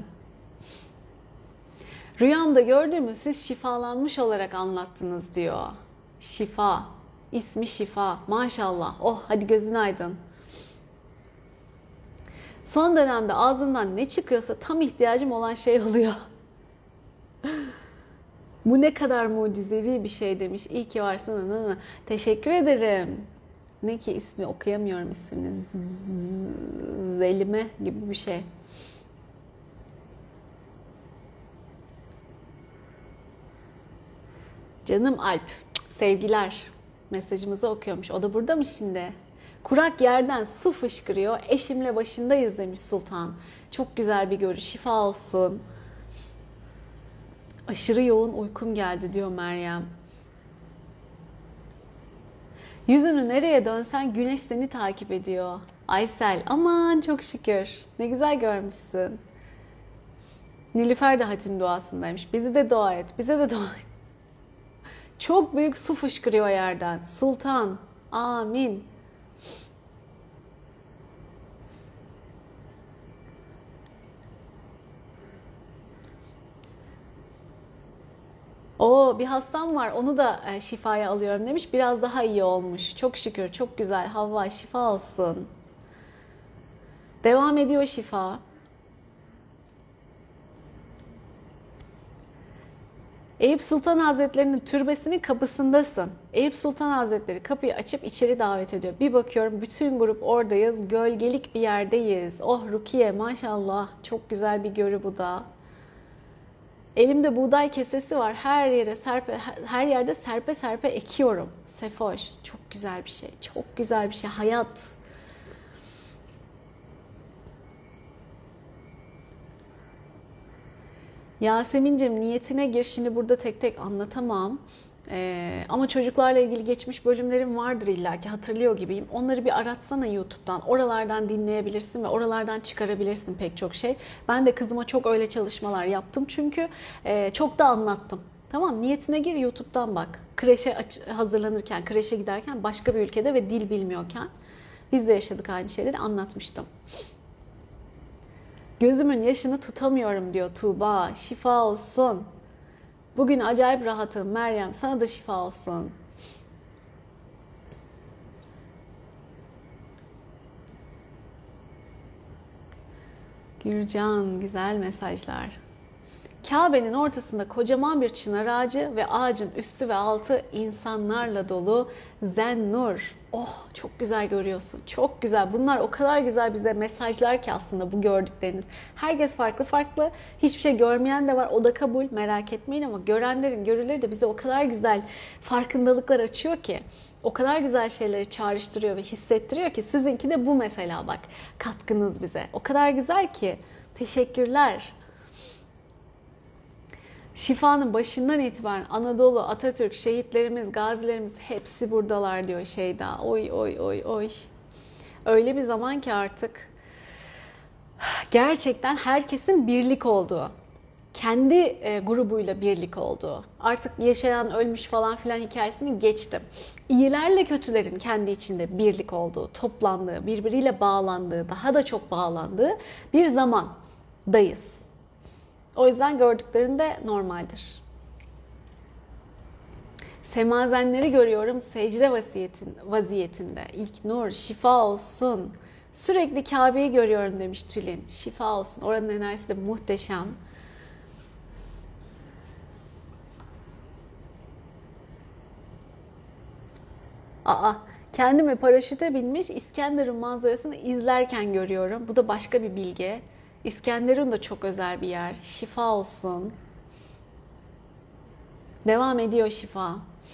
Rüyamda gördüğümü siz şifalanmış olarak anlattınız diyor. Şifa, ismi şifa. Maşallah. Oh hadi gözün aydın. Son dönemde ağzından ne çıkıyorsa tam ihtiyacım olan şey oluyor. Bu ne kadar mucizevi bir şey demiş. İyi ki varsın. Teşekkür ederim. Ne ki ismi okuyamıyorum ismini. Zelime gibi bir şey. Canım Alp, sevgiler. Mesajımızı okuyormuş. O da burada mı şimdi? Kurak yerden su fışkırıyor. Eşimle başındayız demiş Sultan. Çok güzel bir görüş. Şifa olsun. Aşırı yoğun uykum geldi diyor Meryem. Yüzünü nereye dönsen güneş seni takip ediyor. Aysel aman çok şükür. Ne güzel görmüşsün. Nilüfer de hatim duasındaymış. Bizi de dua et. Bize de dua et. Çok büyük su fışkırıyor yerden. Sultan. Amin. O bir hastam var onu da şifaya alıyorum demiş. Biraz daha iyi olmuş. Çok şükür çok güzel. Havva şifa olsun. Devam ediyor şifa. Eyüp Sultan Hazretleri'nin türbesinin kapısındasın. Eyüp Sultan Hazretleri kapıyı açıp içeri davet ediyor. Bir bakıyorum bütün grup oradayız. Gölgelik bir yerdeyiz. Oh Rukiye maşallah. Çok güzel bir görü bu da. Elimde buğday kesesi var. Her yerde serpe serpe ekiyorum. Sefoş. Çok güzel bir şey. Çok güzel bir şey. Hayat. Yasemin'cim niyetine gir. Şimdi burada tek tek anlatamam. Ama çocuklarla ilgili geçmiş bölümlerim vardır illaki, hatırlıyor gibiyim. Onları bir aratsana YouTube'dan. Oralardan dinleyebilirsin ve oralardan çıkarabilirsin pek çok şey. Ben de kızıma çok öyle çalışmalar yaptım çünkü çok da anlattım. Tamam, niyetine gir, YouTube'dan bak. Kreşe hazırlanırken, kreşe giderken başka bir ülkede ve dil bilmiyorken biz de yaşadık aynı şeyleri, anlatmıştım. Gözümün yaşını tutamıyorum diyor Tuğba. Şifa olsun. Bugün acayip rahatım Meryem. Sana da şifa olsun. Gürcan, güzel mesajlar. Kabe'nin ortasında kocaman bir çınar ağacı ve ağacın üstü ve altı insanlarla dolu. Zen-Nur. Oh, çok güzel görüyorsun. Çok güzel. Bunlar o kadar güzel bize mesajlar ki aslında bu gördükleriniz. Herkes farklı farklı. Hiçbir şey görmeyen de var. O da kabul. Merak etmeyin ama görenlerin görüleri de bize o kadar güzel farkındalıklar açıyor ki. O kadar güzel şeyleri çağrıştırıyor ve hissettiriyor ki sizinki de bu mesela bak. Katkınız bize. O kadar güzel ki. Teşekkürler. Şifanın başından itibaren Anadolu, Atatürk, şehitlerimiz, gazilerimiz hepsi buradalar diyor Şeyda. Oy oy oy oy. Öyle bir zaman ki artık gerçekten herkesin birlik olduğu, kendi grubuyla birlik olduğu, artık yaşayan, ölmüş falan filan hikayesini geçtim. İyilerle kötülerin kendi içinde birlik olduğu, toplandığı, birbiriyle bağlandığı, daha da çok bağlandığı bir zamandayız. O yüzden gördüklerinde normaldir. Semazenleri görüyorum secde vaziyetinde. İlk nur, şifa olsun. Sürekli Kabe'yi görüyorum demiş Tülin. Şifa olsun. Oranın enerjisi de muhteşem. Kendimi paraşüte binmiş İskenderun manzarasını izlerken görüyorum. Bu da başka bir bilgi. İskenderun da çok özel bir yer. Şifa olsun. Devam ediyor şifa.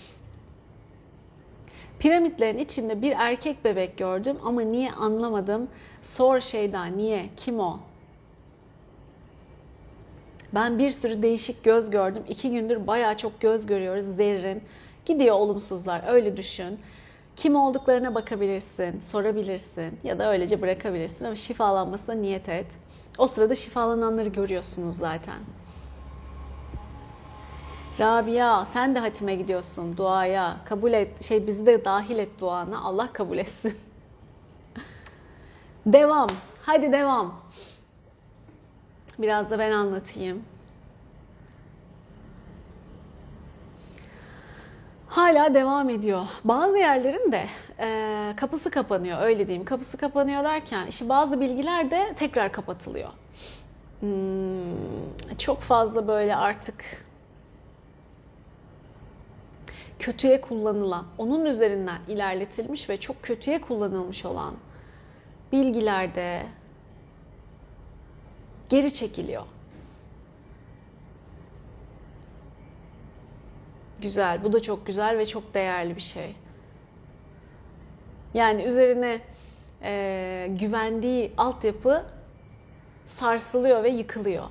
Piramitlerin içinde bir erkek bebek gördüm ama niye anlamadım. Sor Şeyda, niye? Kim o? Ben bir sürü değişik göz gördüm. 2 gündür bayağı çok göz görüyoruz. Zerrin. Gidiyor olumsuzlar. Öyle düşün. Kim olduklarına bakabilirsin, sorabilirsin ya da öylece bırakabilirsin ama şifalanmasına niyet et. O sırada şifalananları görüyorsunuz zaten. Rabia, sen de hatime gidiyorsun duaya. Kabul et, bizi de dahil et duana. Allah kabul etsin. Devam. Hadi devam. Biraz da ben anlatayım. Hala devam ediyor. Bazı yerlerin de kapısı kapanıyor, öyle diyeyim. Kapısı kapanıyor derken işte bazı bilgiler de tekrar kapatılıyor. Çok fazla böyle artık kötüye kullanılan, onun üzerinden ilerletilmiş ve çok kötüye kullanılmış olan bilgiler de geri çekiliyor. Güzel, bu da çok güzel ve çok değerli bir şey. Yani üzerine güvendiği altyapı sarsılıyor ve yıkılıyor.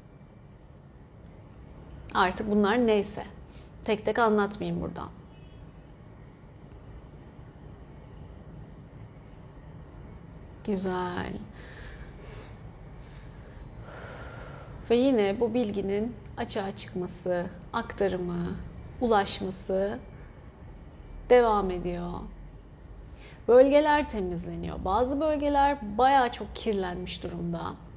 Artık bunlar neyse. Tek tek anlatmayayım buradan. Güzel. Ve yine bu bilginin açığa çıkması, aktarımı, ulaşması devam ediyor. Bölgeler temizleniyor. Bazı bölgeler bayağı çok kirlenmiş durumda.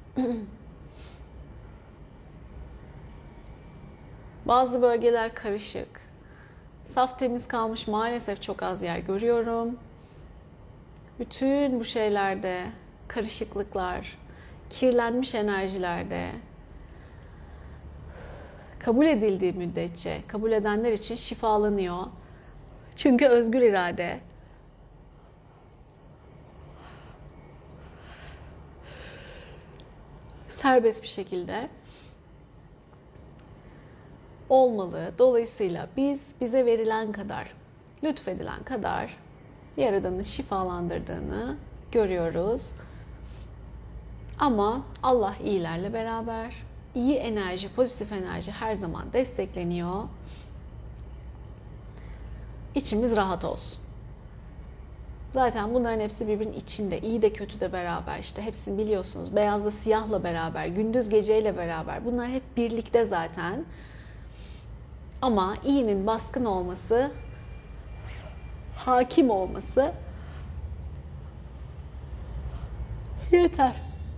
Bazı bölgeler karışık. Saf temiz kalmış maalesef çok az yer görüyorum. Bütün bu şeylerde karışıklıklar, kirlenmiş enerjilerde kabul edildiği müddetçe, kabul edenler için şifalanıyor. Çünkü özgür irade. Serbest bir şekilde olmalı. Dolayısıyla biz bize verilen kadar, lütfedilen kadar Yaradan'ın şifalandırdığını görüyoruz. Ama Allah iyilerle beraber. İyi enerji, pozitif enerji her zaman destekleniyor. İçimiz rahat olsun. Zaten bunların hepsi birbirinin içinde. İyi de kötü de beraber. İşte hepsini biliyorsunuz. Beyazla siyahla beraber, gündüz geceyle beraber. Bunlar hep birlikte zaten. Ama iyinin baskın olması, hakim olması yeter.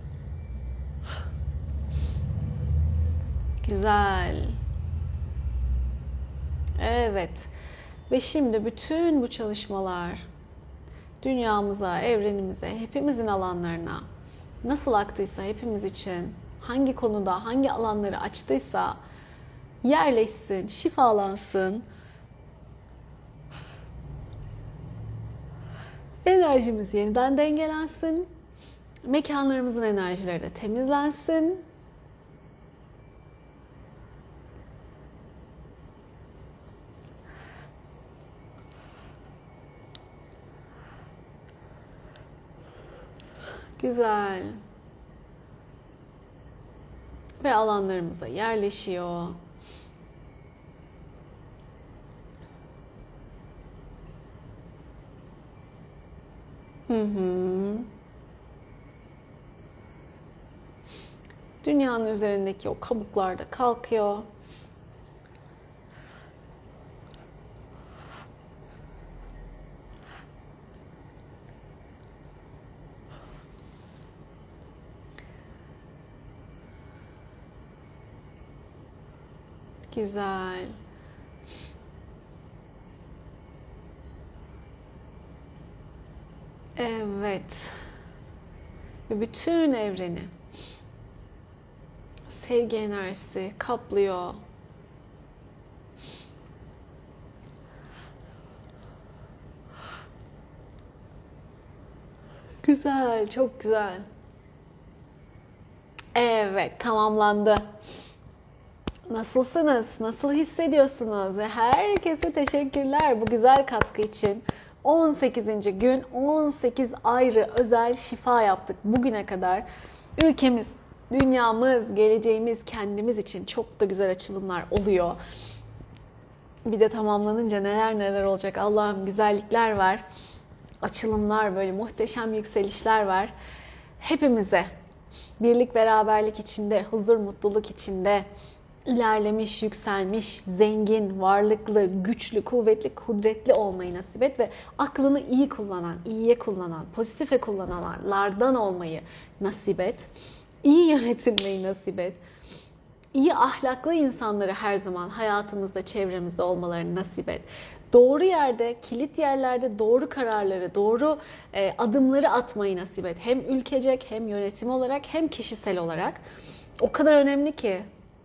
Güzel. Evet. Ve şimdi bütün bu çalışmalar dünyamıza, evrenimize, hepimizin alanlarına nasıl aktıysa hepimiz için, hangi konuda, hangi alanları açtıysa yerleşsin, şifalansın. Enerjimiz yeniden dengelensin. Mekanlarımızın enerjileri de temizlensin. Güzel. Ve alanlarımıza yerleşiyor. Dünyanın üzerindeki o kabuklar da kalkıyor. Güzel. Evet. Ve bütün evreni sevgi enerjisi kaplıyor. Güzel, çok güzel. Evet, tamamlandı. Nasılsınız? Nasıl hissediyorsunuz? Ve herkese teşekkürler bu güzel katkı için. 18. gün 18 ayrı özel şifa yaptık bugüne kadar. Ülkemiz, dünyamız, geleceğimiz, kendimiz için çok da güzel açılımlar oluyor. Bir de tamamlanınca neler neler olacak. Allah'ım güzellikler var. Açılımlar, böyle muhteşem yükselişler var. Hepimize birlik, beraberlik içinde, huzur, mutluluk içinde ilerlemiş, yükselmiş, zengin, varlıklı, güçlü, kuvvetli, kudretli olmayı nasip et ve aklını iyi kullanan, iyiye kullanan, pozitife kullananlardan olmayı nasip et. İyi yönetilmeyi nasip et. İyi ahlaklı insanları her zaman hayatımızda, çevremizde olmalarını nasip et. Doğru yerde, kilit yerlerde doğru kararları, doğru adımları atmayı nasip et. Hem ülkecek, hem yönetim olarak, hem kişisel olarak. O kadar önemli ki.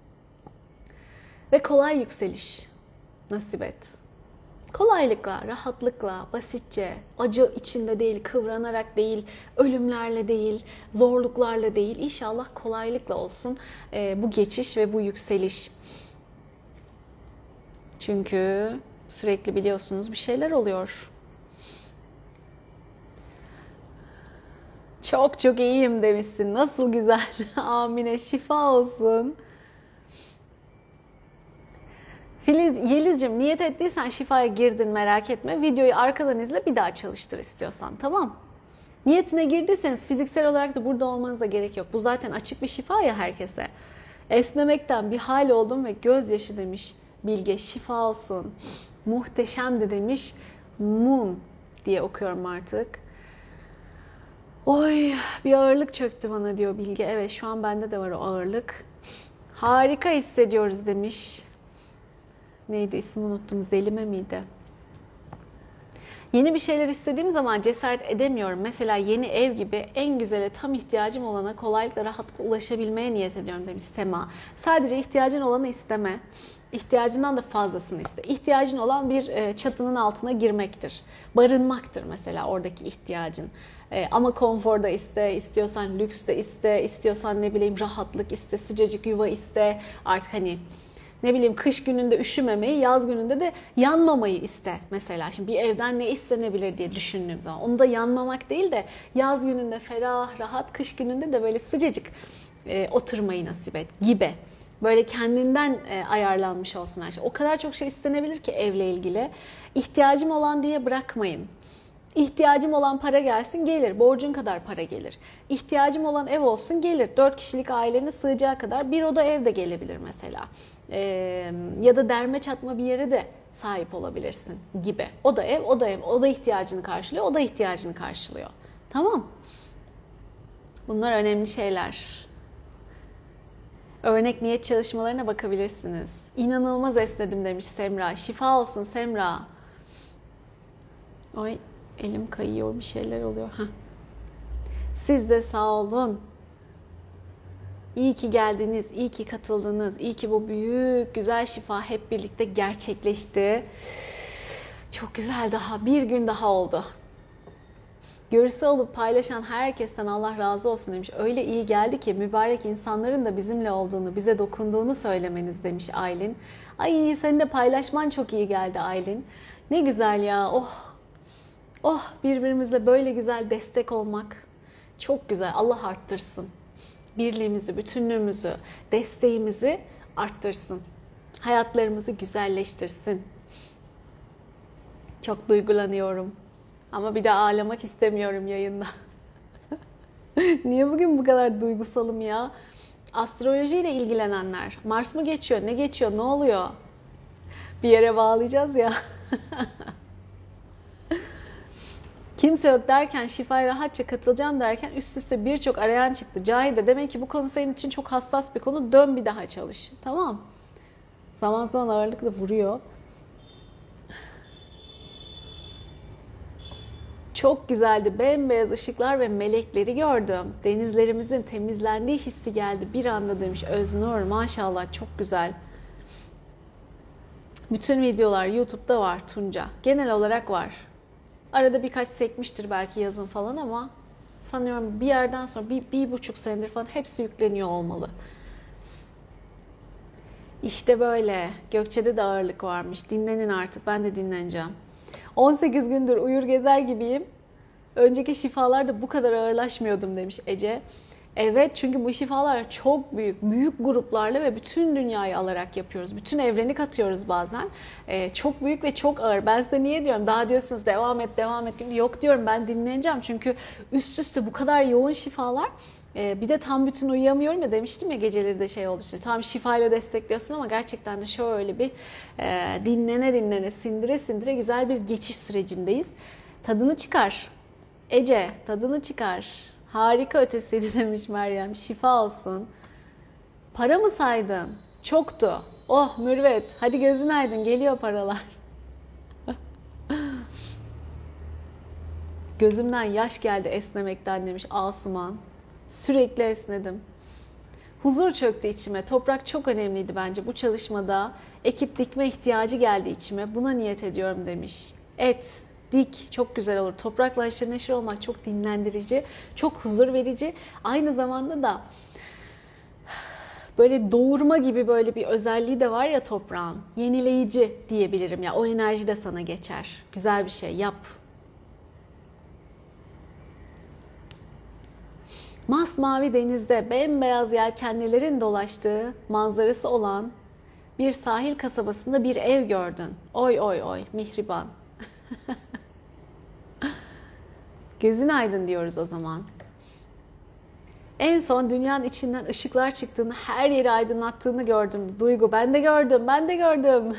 Ve kolay yükseliş nasip et. Kolaylıkla, rahatlıkla, basitçe, acı içinde değil, kıvranarak değil, ölümlerle değil, zorluklarla değil, İnşallah kolaylıkla olsun bu geçiş ve bu yükseliş. Çünkü sürekli biliyorsunuz bir şeyler oluyor. Çok çok iyiyim demişsin. Nasıl güzel. Amine, şifa olsun. Yeliz'cim, niyet ettiysen şifaya girdin, merak etme. Videoyu arkadan izle, bir daha çalıştır istiyorsan, tamam. Niyetine girdiyseniz fiziksel olarak da burada olmanıza gerek yok. Bu zaten açık bir şifa ya herkese. Esnemekten bir hal oldum ve gözyaşı demiş Bilge, şifa olsun. Muhteşemdi demiş Moon diye okuyorum artık. Oy, bir ağırlık çöktü bana diyor Bilge. Evet, şu an bende de var o ağırlık. Harika hissediyoruz demiş. Neydi ismi, unuttum. Zelime miydi? Yeni bir şeyler istediğim zaman cesaret edemiyorum. Mesela yeni ev gibi en güzele, tam ihtiyacım olana kolaylıkla, rahatlıkla ulaşabilmeye niyet ediyorum demiş Sema. Sadece ihtiyacın olanı isteme. İhtiyacından da fazlasını iste. İhtiyacın olan bir çatının altına girmektir. Barınmaktır mesela oradaki ihtiyacın. Ama konforda iste, istiyorsan lüks de iste, istiyorsan ne bileyim rahatlık iste, sıcacık yuva iste. Artık hani ne bileyim kış gününde üşümemeyi, yaz gününde de yanmamayı iste mesela. Şimdi bir evden ne istenebilir diye düşündüğüm zaman. Onu da yanmamak değil de yaz gününde ferah, rahat, kış gününde de böyle sıcacık oturmayı nasip et gibi. Böyle kendinden ayarlanmış olsun her şey. O kadar çok şey istenebilir ki evle ilgili. İhtiyacım olan diye bırakmayın. İhtiyacım olan para gelsin, gelir. Borcun kadar para gelir. İhtiyacım olan ev olsun, gelir. 4 kişilik ailenin sığacağı kadar bir oda ev de gelebilir mesela. Ya da derme çatma bir yere de sahip olabilirsin gibi. O da ev, o da ev. O da ihtiyacını karşılıyor, o da ihtiyacını karşılıyor. Tamam. Bunlar önemli şeyler. Örnek niyet çalışmalarına bakabilirsiniz. İnanılmaz esnedim demiş Semra. Şifa olsun Semra. Ay elim kayıyor, bir şeyler oluyor. Heh. Siz de sağ olun. İyi ki geldiniz, iyi ki katıldınız, iyi ki bu büyük güzel şifa hep birlikte gerçekleşti. Çok güzel, daha bir gün daha oldu. Görüsü olup paylaşan herkesten Allah razı olsun demiş. Öyle iyi geldi ki mübarek insanların da bizimle olduğunu, bize dokunduğunu söylemeniz demiş Aylin. Ay senin de paylaşman çok iyi geldi Aylin. Ne güzel ya, oh. Oh, birbirimizle böyle güzel destek olmak çok güzel. Allah arttırsın. Birliğimizi, bütünlüğümüzü, desteğimizi arttırsın. Hayatlarımızı güzelleştirsin. Çok duygulanıyorum. Ama bir de ağlamak istemiyorum yayında. Niye bugün bu kadar duygusalım ya? Astrolojiyle ilgilenenler. Mars mı geçiyor? Ne geçiyor? Ne oluyor? Bir yere bağlayacağız ya. Kimse yok derken, şifaya rahatça katılacağım derken üst üste birçok arayan çıktı. Cahide, demek ki bu konu senin için çok hassas bir konu. Dön bir daha çalış. Tamam. Zaman zaman ağırlıkla vuruyor. Çok güzeldi. Bembeyaz ışıklar ve melekleri gördüm. Denizlerimizin temizlendiği hissi geldi bir anda demiş Öznur. Maşallah çok güzel. Bütün videolar YouTube'da var Tunca. Genel olarak var. Arada birkaç sekmiştir belki yazın falan ama sanıyorum bir yerden sonra bir buçuk senedir falan hepsi yükleniyor olmalı. İşte böyle. Gökçe'de de ağırlık varmış. Dinlenin artık. Ben de dinleneceğim. 18 gündür uyur gezer gibiyim. Önceki şifalarda bu kadar ağırlaşmıyordum demiş Ece. Evet, çünkü bu şifalar çok büyük, büyük gruplarla ve bütün dünyayı alarak yapıyoruz. Bütün evreni katıyoruz bazen. Çok büyük ve çok ağır. Ben size niye diyorum? Daha diyorsunuz devam et, devam et. Yok diyorum, ben dinleneceğim. Çünkü üst üste bu kadar yoğun şifalar. Bir de tam bütün uyuyamıyorum ya, demiştim ya, geceleri de şey oldu işte. Tam şifayla destekliyorsun ama gerçekten de şöyle bir dinlene dinlene, sindire sindire güzel bir geçiş sürecindeyiz. Tadını çıkar. Ece, tadını çıkar. Harika ötesiydi demiş Meryem. Şifa olsun. Para mı saydın? Çoktu. Oh Mürvet, hadi gözün aydın, geliyor paralar. Gözümden yaş geldi esnemekten demiş Asuman. Sürekli esnedim. Huzur çöktü içime. Toprak çok önemliydi bence bu çalışmada. Ekip dikme ihtiyacı geldi içime. Buna niyet ediyorum demiş. Et, dik, çok güzel olur. Toprakla haşır neşir olmak çok dinlendirici, çok huzur verici. Aynı zamanda da böyle doğurma gibi böyle bir özelliği de var ya toprağın. Yenileyici diyebilirim ya. O enerji de sana geçer. Güzel bir şey yap. Masmavi denizde bembeyaz yelkenlilerin dolaştığı manzarası olan bir sahil kasabasında bir ev gördün. Oy oy oy Mihriban. Gözün aydın diyoruz o zaman. En son dünyanın içinden ışıklar çıktığını, her yeri aydınlattığını gördüm. Duygu, ben de gördüm, ben de gördüm.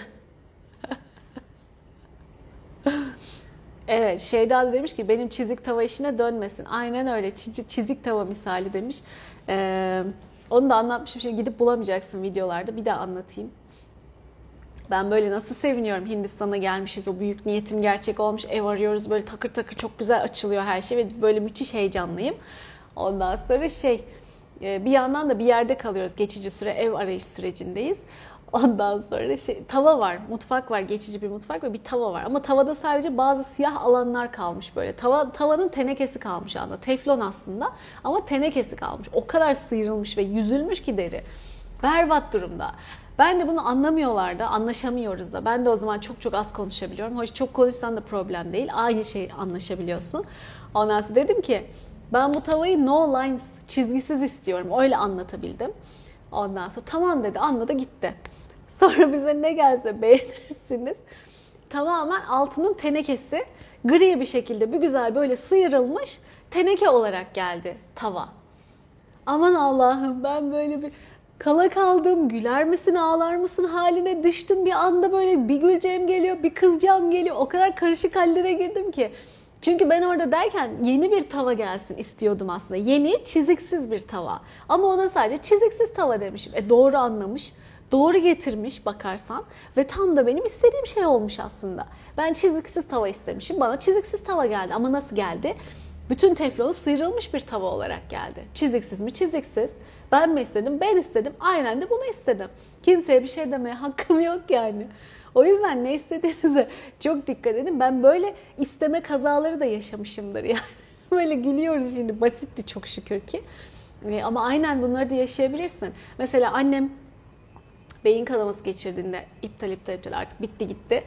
Evet, Şeyda da demiş ki benim çizik tava işine dönmesin. Aynen öyle, çizik tava misali demiş. Onu da anlatmışım, şimdi gidip bulamayacaksın videolarda, bir daha anlatayım. Ben böyle nasıl seviniyorum, Hindistan'a gelmişiz, o büyük niyetim gerçek olmuş, ev arıyoruz, böyle takır takır çok güzel açılıyor her şey ve böyle müthiş heyecanlıyım. Ondan sonra bir yandan da bir yerde kalıyoruz, geçici süre ev arayış sürecindeyiz. Ondan sonra tava var, mutfak var, geçici bir mutfak ve bir tava var. Ama tavada sadece bazı siyah alanlar kalmış böyle. Tavanın tenekesi kalmış anda. Teflon aslında ama tenekesi kalmış. O kadar sıyrılmış ve yüzülmüş ki deri. Berbat durumda. Ben de bunu anlamıyorlar da, anlaşamıyoruz da. Ben de o zaman çok çok az konuşabiliyorum. Hoş, çok konuşsan da problem değil. Aynı şey anlaşabiliyorsun. Ondan sonra dedim ki ben bu tavayı no lines, çizgisiz istiyorum. Öyle anlatabildim. Ondan sonra tamam dedi, anladı, gitti. Sonra bize ne gelse beğenirsiniz. Tamamen altının tenekesi gri bir şekilde bir güzel böyle sıyrılmış teneke olarak geldi tava. Aman Allah'ım, ben böyle bir kala kaldım. Güler misin ağlar mısın haline düştüm bir anda, böyle bir güleceğim geliyor bir kızacağım geliyor. O kadar karışık hallere girdim ki. Çünkü ben orada derken yeni bir tava gelsin istiyordum aslında. Yeni çiziksiz bir tava. Ama ona sadece çiziksiz tava demişim. Doğru anlamış, doğru getirmiş bakarsan ve tam da benim istediğim şey olmuş aslında. Ben çiziksiz tava istemişim, bana çiziksiz tava geldi. Ama nasıl geldi? Bütün teflonu sıyrılmış bir tava olarak geldi. Çiziksiz mi? Çiziksiz. Ben mi istedim? Ben istedim. Aynen de bunu istedim. Kimseye bir şey demeye hakkım yok yani. O yüzden ne istediğinize çok dikkat edin. Ben böyle isteme kazaları da yaşamışımdır yani. Böyle gülüyoruz şimdi. Basitti çok şükür ki. Ama aynen bunları da yaşayabilirsin. Mesela annem beyin kanaması geçirdiğinde iptal artık bitti gitti.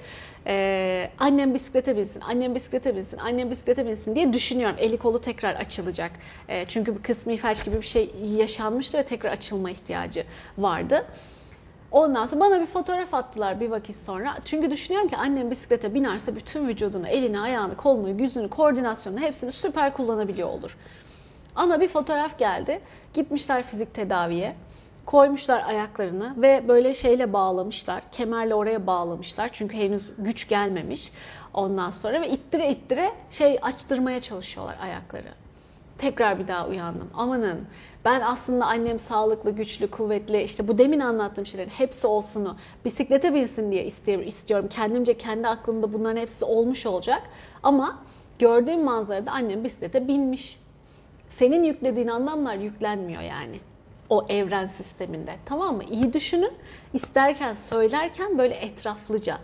Annem bisiklete binsin, annem bisiklete binsin, annem bisiklete binsin diye düşünüyorum. Eli kolu tekrar açılacak. Çünkü bir kısmi felç gibi bir şey yaşanmıştı ve tekrar açılma ihtiyacı vardı. Ondan sonra bana bir fotoğraf attılar bir vakit sonra. Çünkü düşünüyorum ki annem bisiklete binerse bütün vücudunu, elini, ayağını, kolunu, yüzünü, koordinasyonunu hepsini süper kullanabiliyor olur. Ana bir fotoğraf geldi. Gitmişler fizik tedaviye. Koymuşlar ayaklarını ve böyle şeyle bağlamışlar. Kemerle oraya bağlamışlar. Çünkü henüz güç gelmemiş. Ondan sonra ve ittire ittire açtırmaya çalışıyorlar ayakları. Tekrar bir daha uyandım. Amanın, ben aslında annem sağlıklı, güçlü, kuvvetli, işte bu demin anlattığım şeylerin hepsi olsunu bisiklete binsin diye istiyorum. Kendimce kendi aklımda bunların hepsi olmuş olacak. Ama gördüğüm manzarada annem bisiklete binmiş. Senin yüklediğin anlamlar yüklenmiyor yani. O evren sisteminde. Tamam mı? İyi düşünün. İsterken, söylerken böyle etraflıca.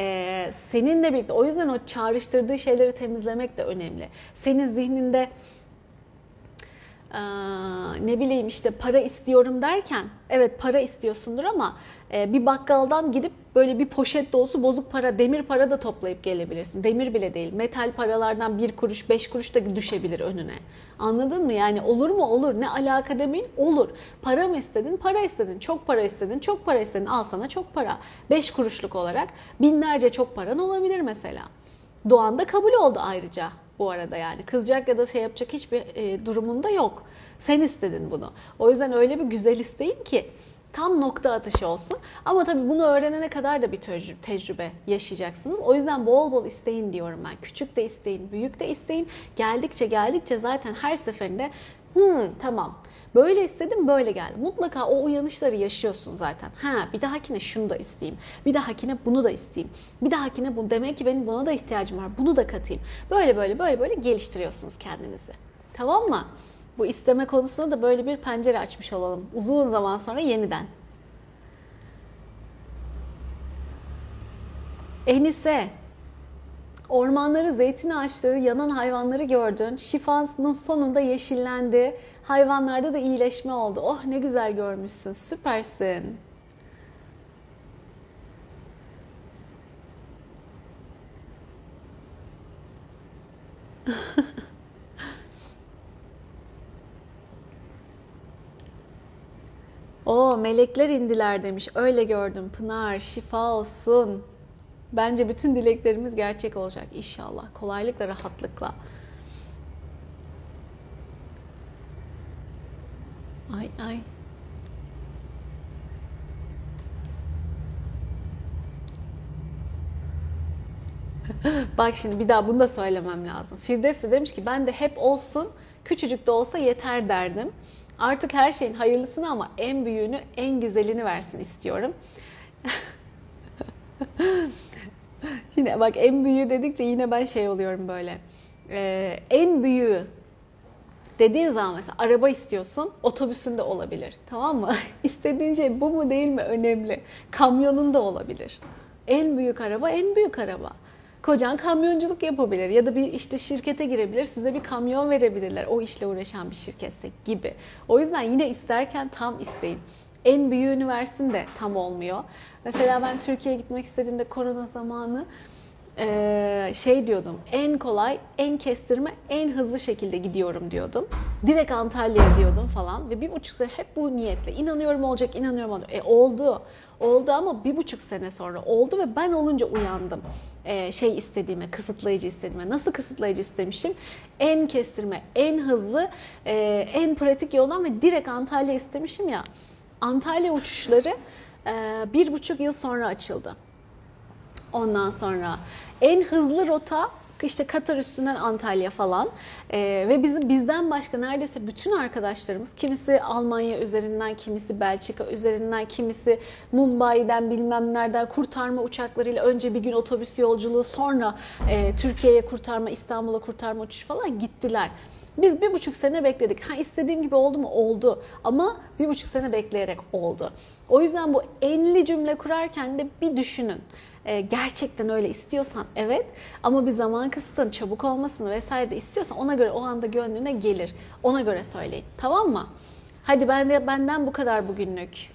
Seninle birlikte. O yüzden o çağrıştırdığı şeyleri temizlemek de önemli. Senin zihninde ne bileyim işte para istiyorum derken, evet para istiyorsundur ama bir bakkaldan gidip böyle bir poşet dolusu bozuk para, demir para da toplayıp gelebilirsin. Demir bile değil, metal paralardan 1 kuruş 5 kuruş da düşebilir önüne. Anladın mı? Yani olur mu? Olur. Ne alaka demeyin? Olur. Para mı istedin? Para istedin. Çok para istedin. Çok para istedin. Al sana çok para. 5 kuruşluk olarak binlerce çok paran olabilir mesela. Doğan da kabul oldu ayrıca. Bu arada yani kızacak ya da yapacak hiçbir durumunda yok. Sen istedin bunu. O yüzden öyle bir güzel isteyin ki tam nokta atışı olsun. Ama tabii bunu öğrenene kadar da bir tecrübe yaşayacaksınız. O yüzden bol bol isteyin diyorum ben. Küçük de isteyin, büyük de isteyin. Geldikçe zaten her seferinde tamam. Böyle istedim, böyle geldi. Mutlaka o uyanışları yaşıyorsun zaten. Bir dahakine şunu da isteyeyim. Bir dahakine bunu da isteyeyim. Bir dahakine bu, demek ki benim buna da ihtiyacım var. Bunu da katayım. Böyle geliştiriyorsunuz kendinizi. Tamam mı? Bu isteme konusunda da böyle bir pencere açmış olalım. Uzun zaman sonra yeniden. Enise, ormanları, zeytin ağaçları, yanan hayvanları gördün. Şifanın sonunda yeşillendi. Hayvanlarda da iyileşme oldu. Oh ne güzel görmüşsün. Süpersin. O melekler indiler demiş. Öyle gördüm Pınar. Şifa olsun. Bence bütün dileklerimiz gerçek olacak inşallah. Kolaylıkla, rahatlıkla. Ay. Bak şimdi bir daha bunu da söylemem lazım. Firdevs de demiş ki ben de hep olsun, küçücük de olsa yeter derdim. Artık her şeyin hayırlısını ama en büyüğünü, en güzelini versin istiyorum. Yine bak, en büyüğü dedikçe yine ben şey oluyorum böyle. En büyüğü dediğin zaman mesela araba istiyorsun, otobüsünde olabilir. Tamam mı? İstediğin şey bu mu değil mi önemli. Kamyonun da olabilir. En büyük araba en büyük araba. Kocan kamyonculuk yapabilir ya da bir işte şirkete girebilir, size bir kamyon verebilirler. O işle uğraşan bir şirketse gibi. O yüzden yine isterken tam isteyin. En büyüğünü versin de tam olmuyor. Mesela ben Türkiye'ye gitmek istediğimde korona zamanı şey diyordum, en kolay, en kestirme, en hızlı şekilde gidiyorum diyordum. Direkt Antalya'ya diyordum falan ve 1,5 sene hep bu niyetle. İnanıyorum olacak, inanıyorum olacak. Oldu. Oldu ama 1,5 sene sonra oldu ve ben olunca uyandım. Şey istediğime, kısıtlayıcı istediğime. Nasıl kısıtlayıcı istemişim? En kestirme, en hızlı, en pratik yoldan ve direkt Antalya istemişim ya. Antalya uçuşları 1,5 yıl sonra açıldı. Ondan sonra en hızlı rota işte Katar üstünden Antalya falan. Ve bizden başka neredeyse bütün arkadaşlarımız, kimisi Almanya üzerinden, kimisi Belçika üzerinden, kimisi Mumbai'den bilmem nereden kurtarma uçaklarıyla önce bir gün otobüs yolculuğu, sonra Türkiye'ye kurtarma, İstanbul'a kurtarma uçuşu falan gittiler. Biz 1,5 sene bekledik. Ha, istediğim gibi oldu mu? Oldu. Ama 1,5 sene bekleyerek oldu. O yüzden bu enli cümle kurarken de bir düşünün. Gerçekten öyle istiyorsan evet, ama bir zaman kısıtın, çabuk olmasını vesaire de istiyorsan ona göre o anda gönlüne gelir. Ona göre söyleyin. Tamam mı? Hadi benden bu kadar bugünlük.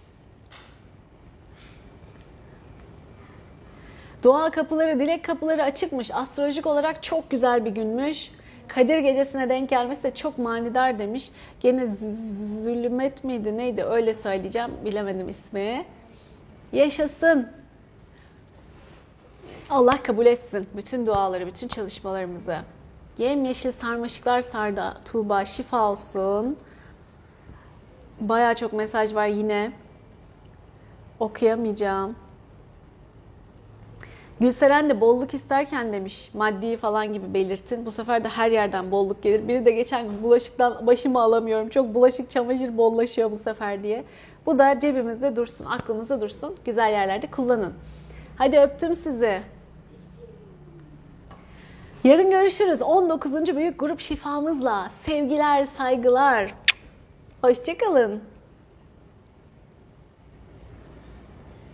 Dua kapıları, dilek kapıları açıkmış. Astrolojik olarak çok güzel bir günmüş. Kadir gecesine denk gelmesi de çok manidar demiş. Gene Zulümet miydi neydi, öyle söyleyeceğim. Bilemedim ismi. Yaşasın. Allah kabul etsin bütün duaları, bütün çalışmalarımızı. Yemyeşil sarmaşıklar sardı Tuğba, şifa olsun. Baya çok mesaj var yine. Okuyamayacağım. Gülseren de bolluk isterken demiş, maddi falan gibi belirtin. Bu sefer de her yerden bolluk gelir. Biri de geçen gün bulaşıktan başımı alamıyorum, çok bulaşık çamaşır bollaşıyor bu sefer diye. Bu da cebimizde dursun, aklımızda dursun. Güzel yerlerde kullanın. Hadi öptüm sizi. Yarın görüşürüz 19. büyük grup şifamızla. Sevgiler, saygılar. Hoşça kalın.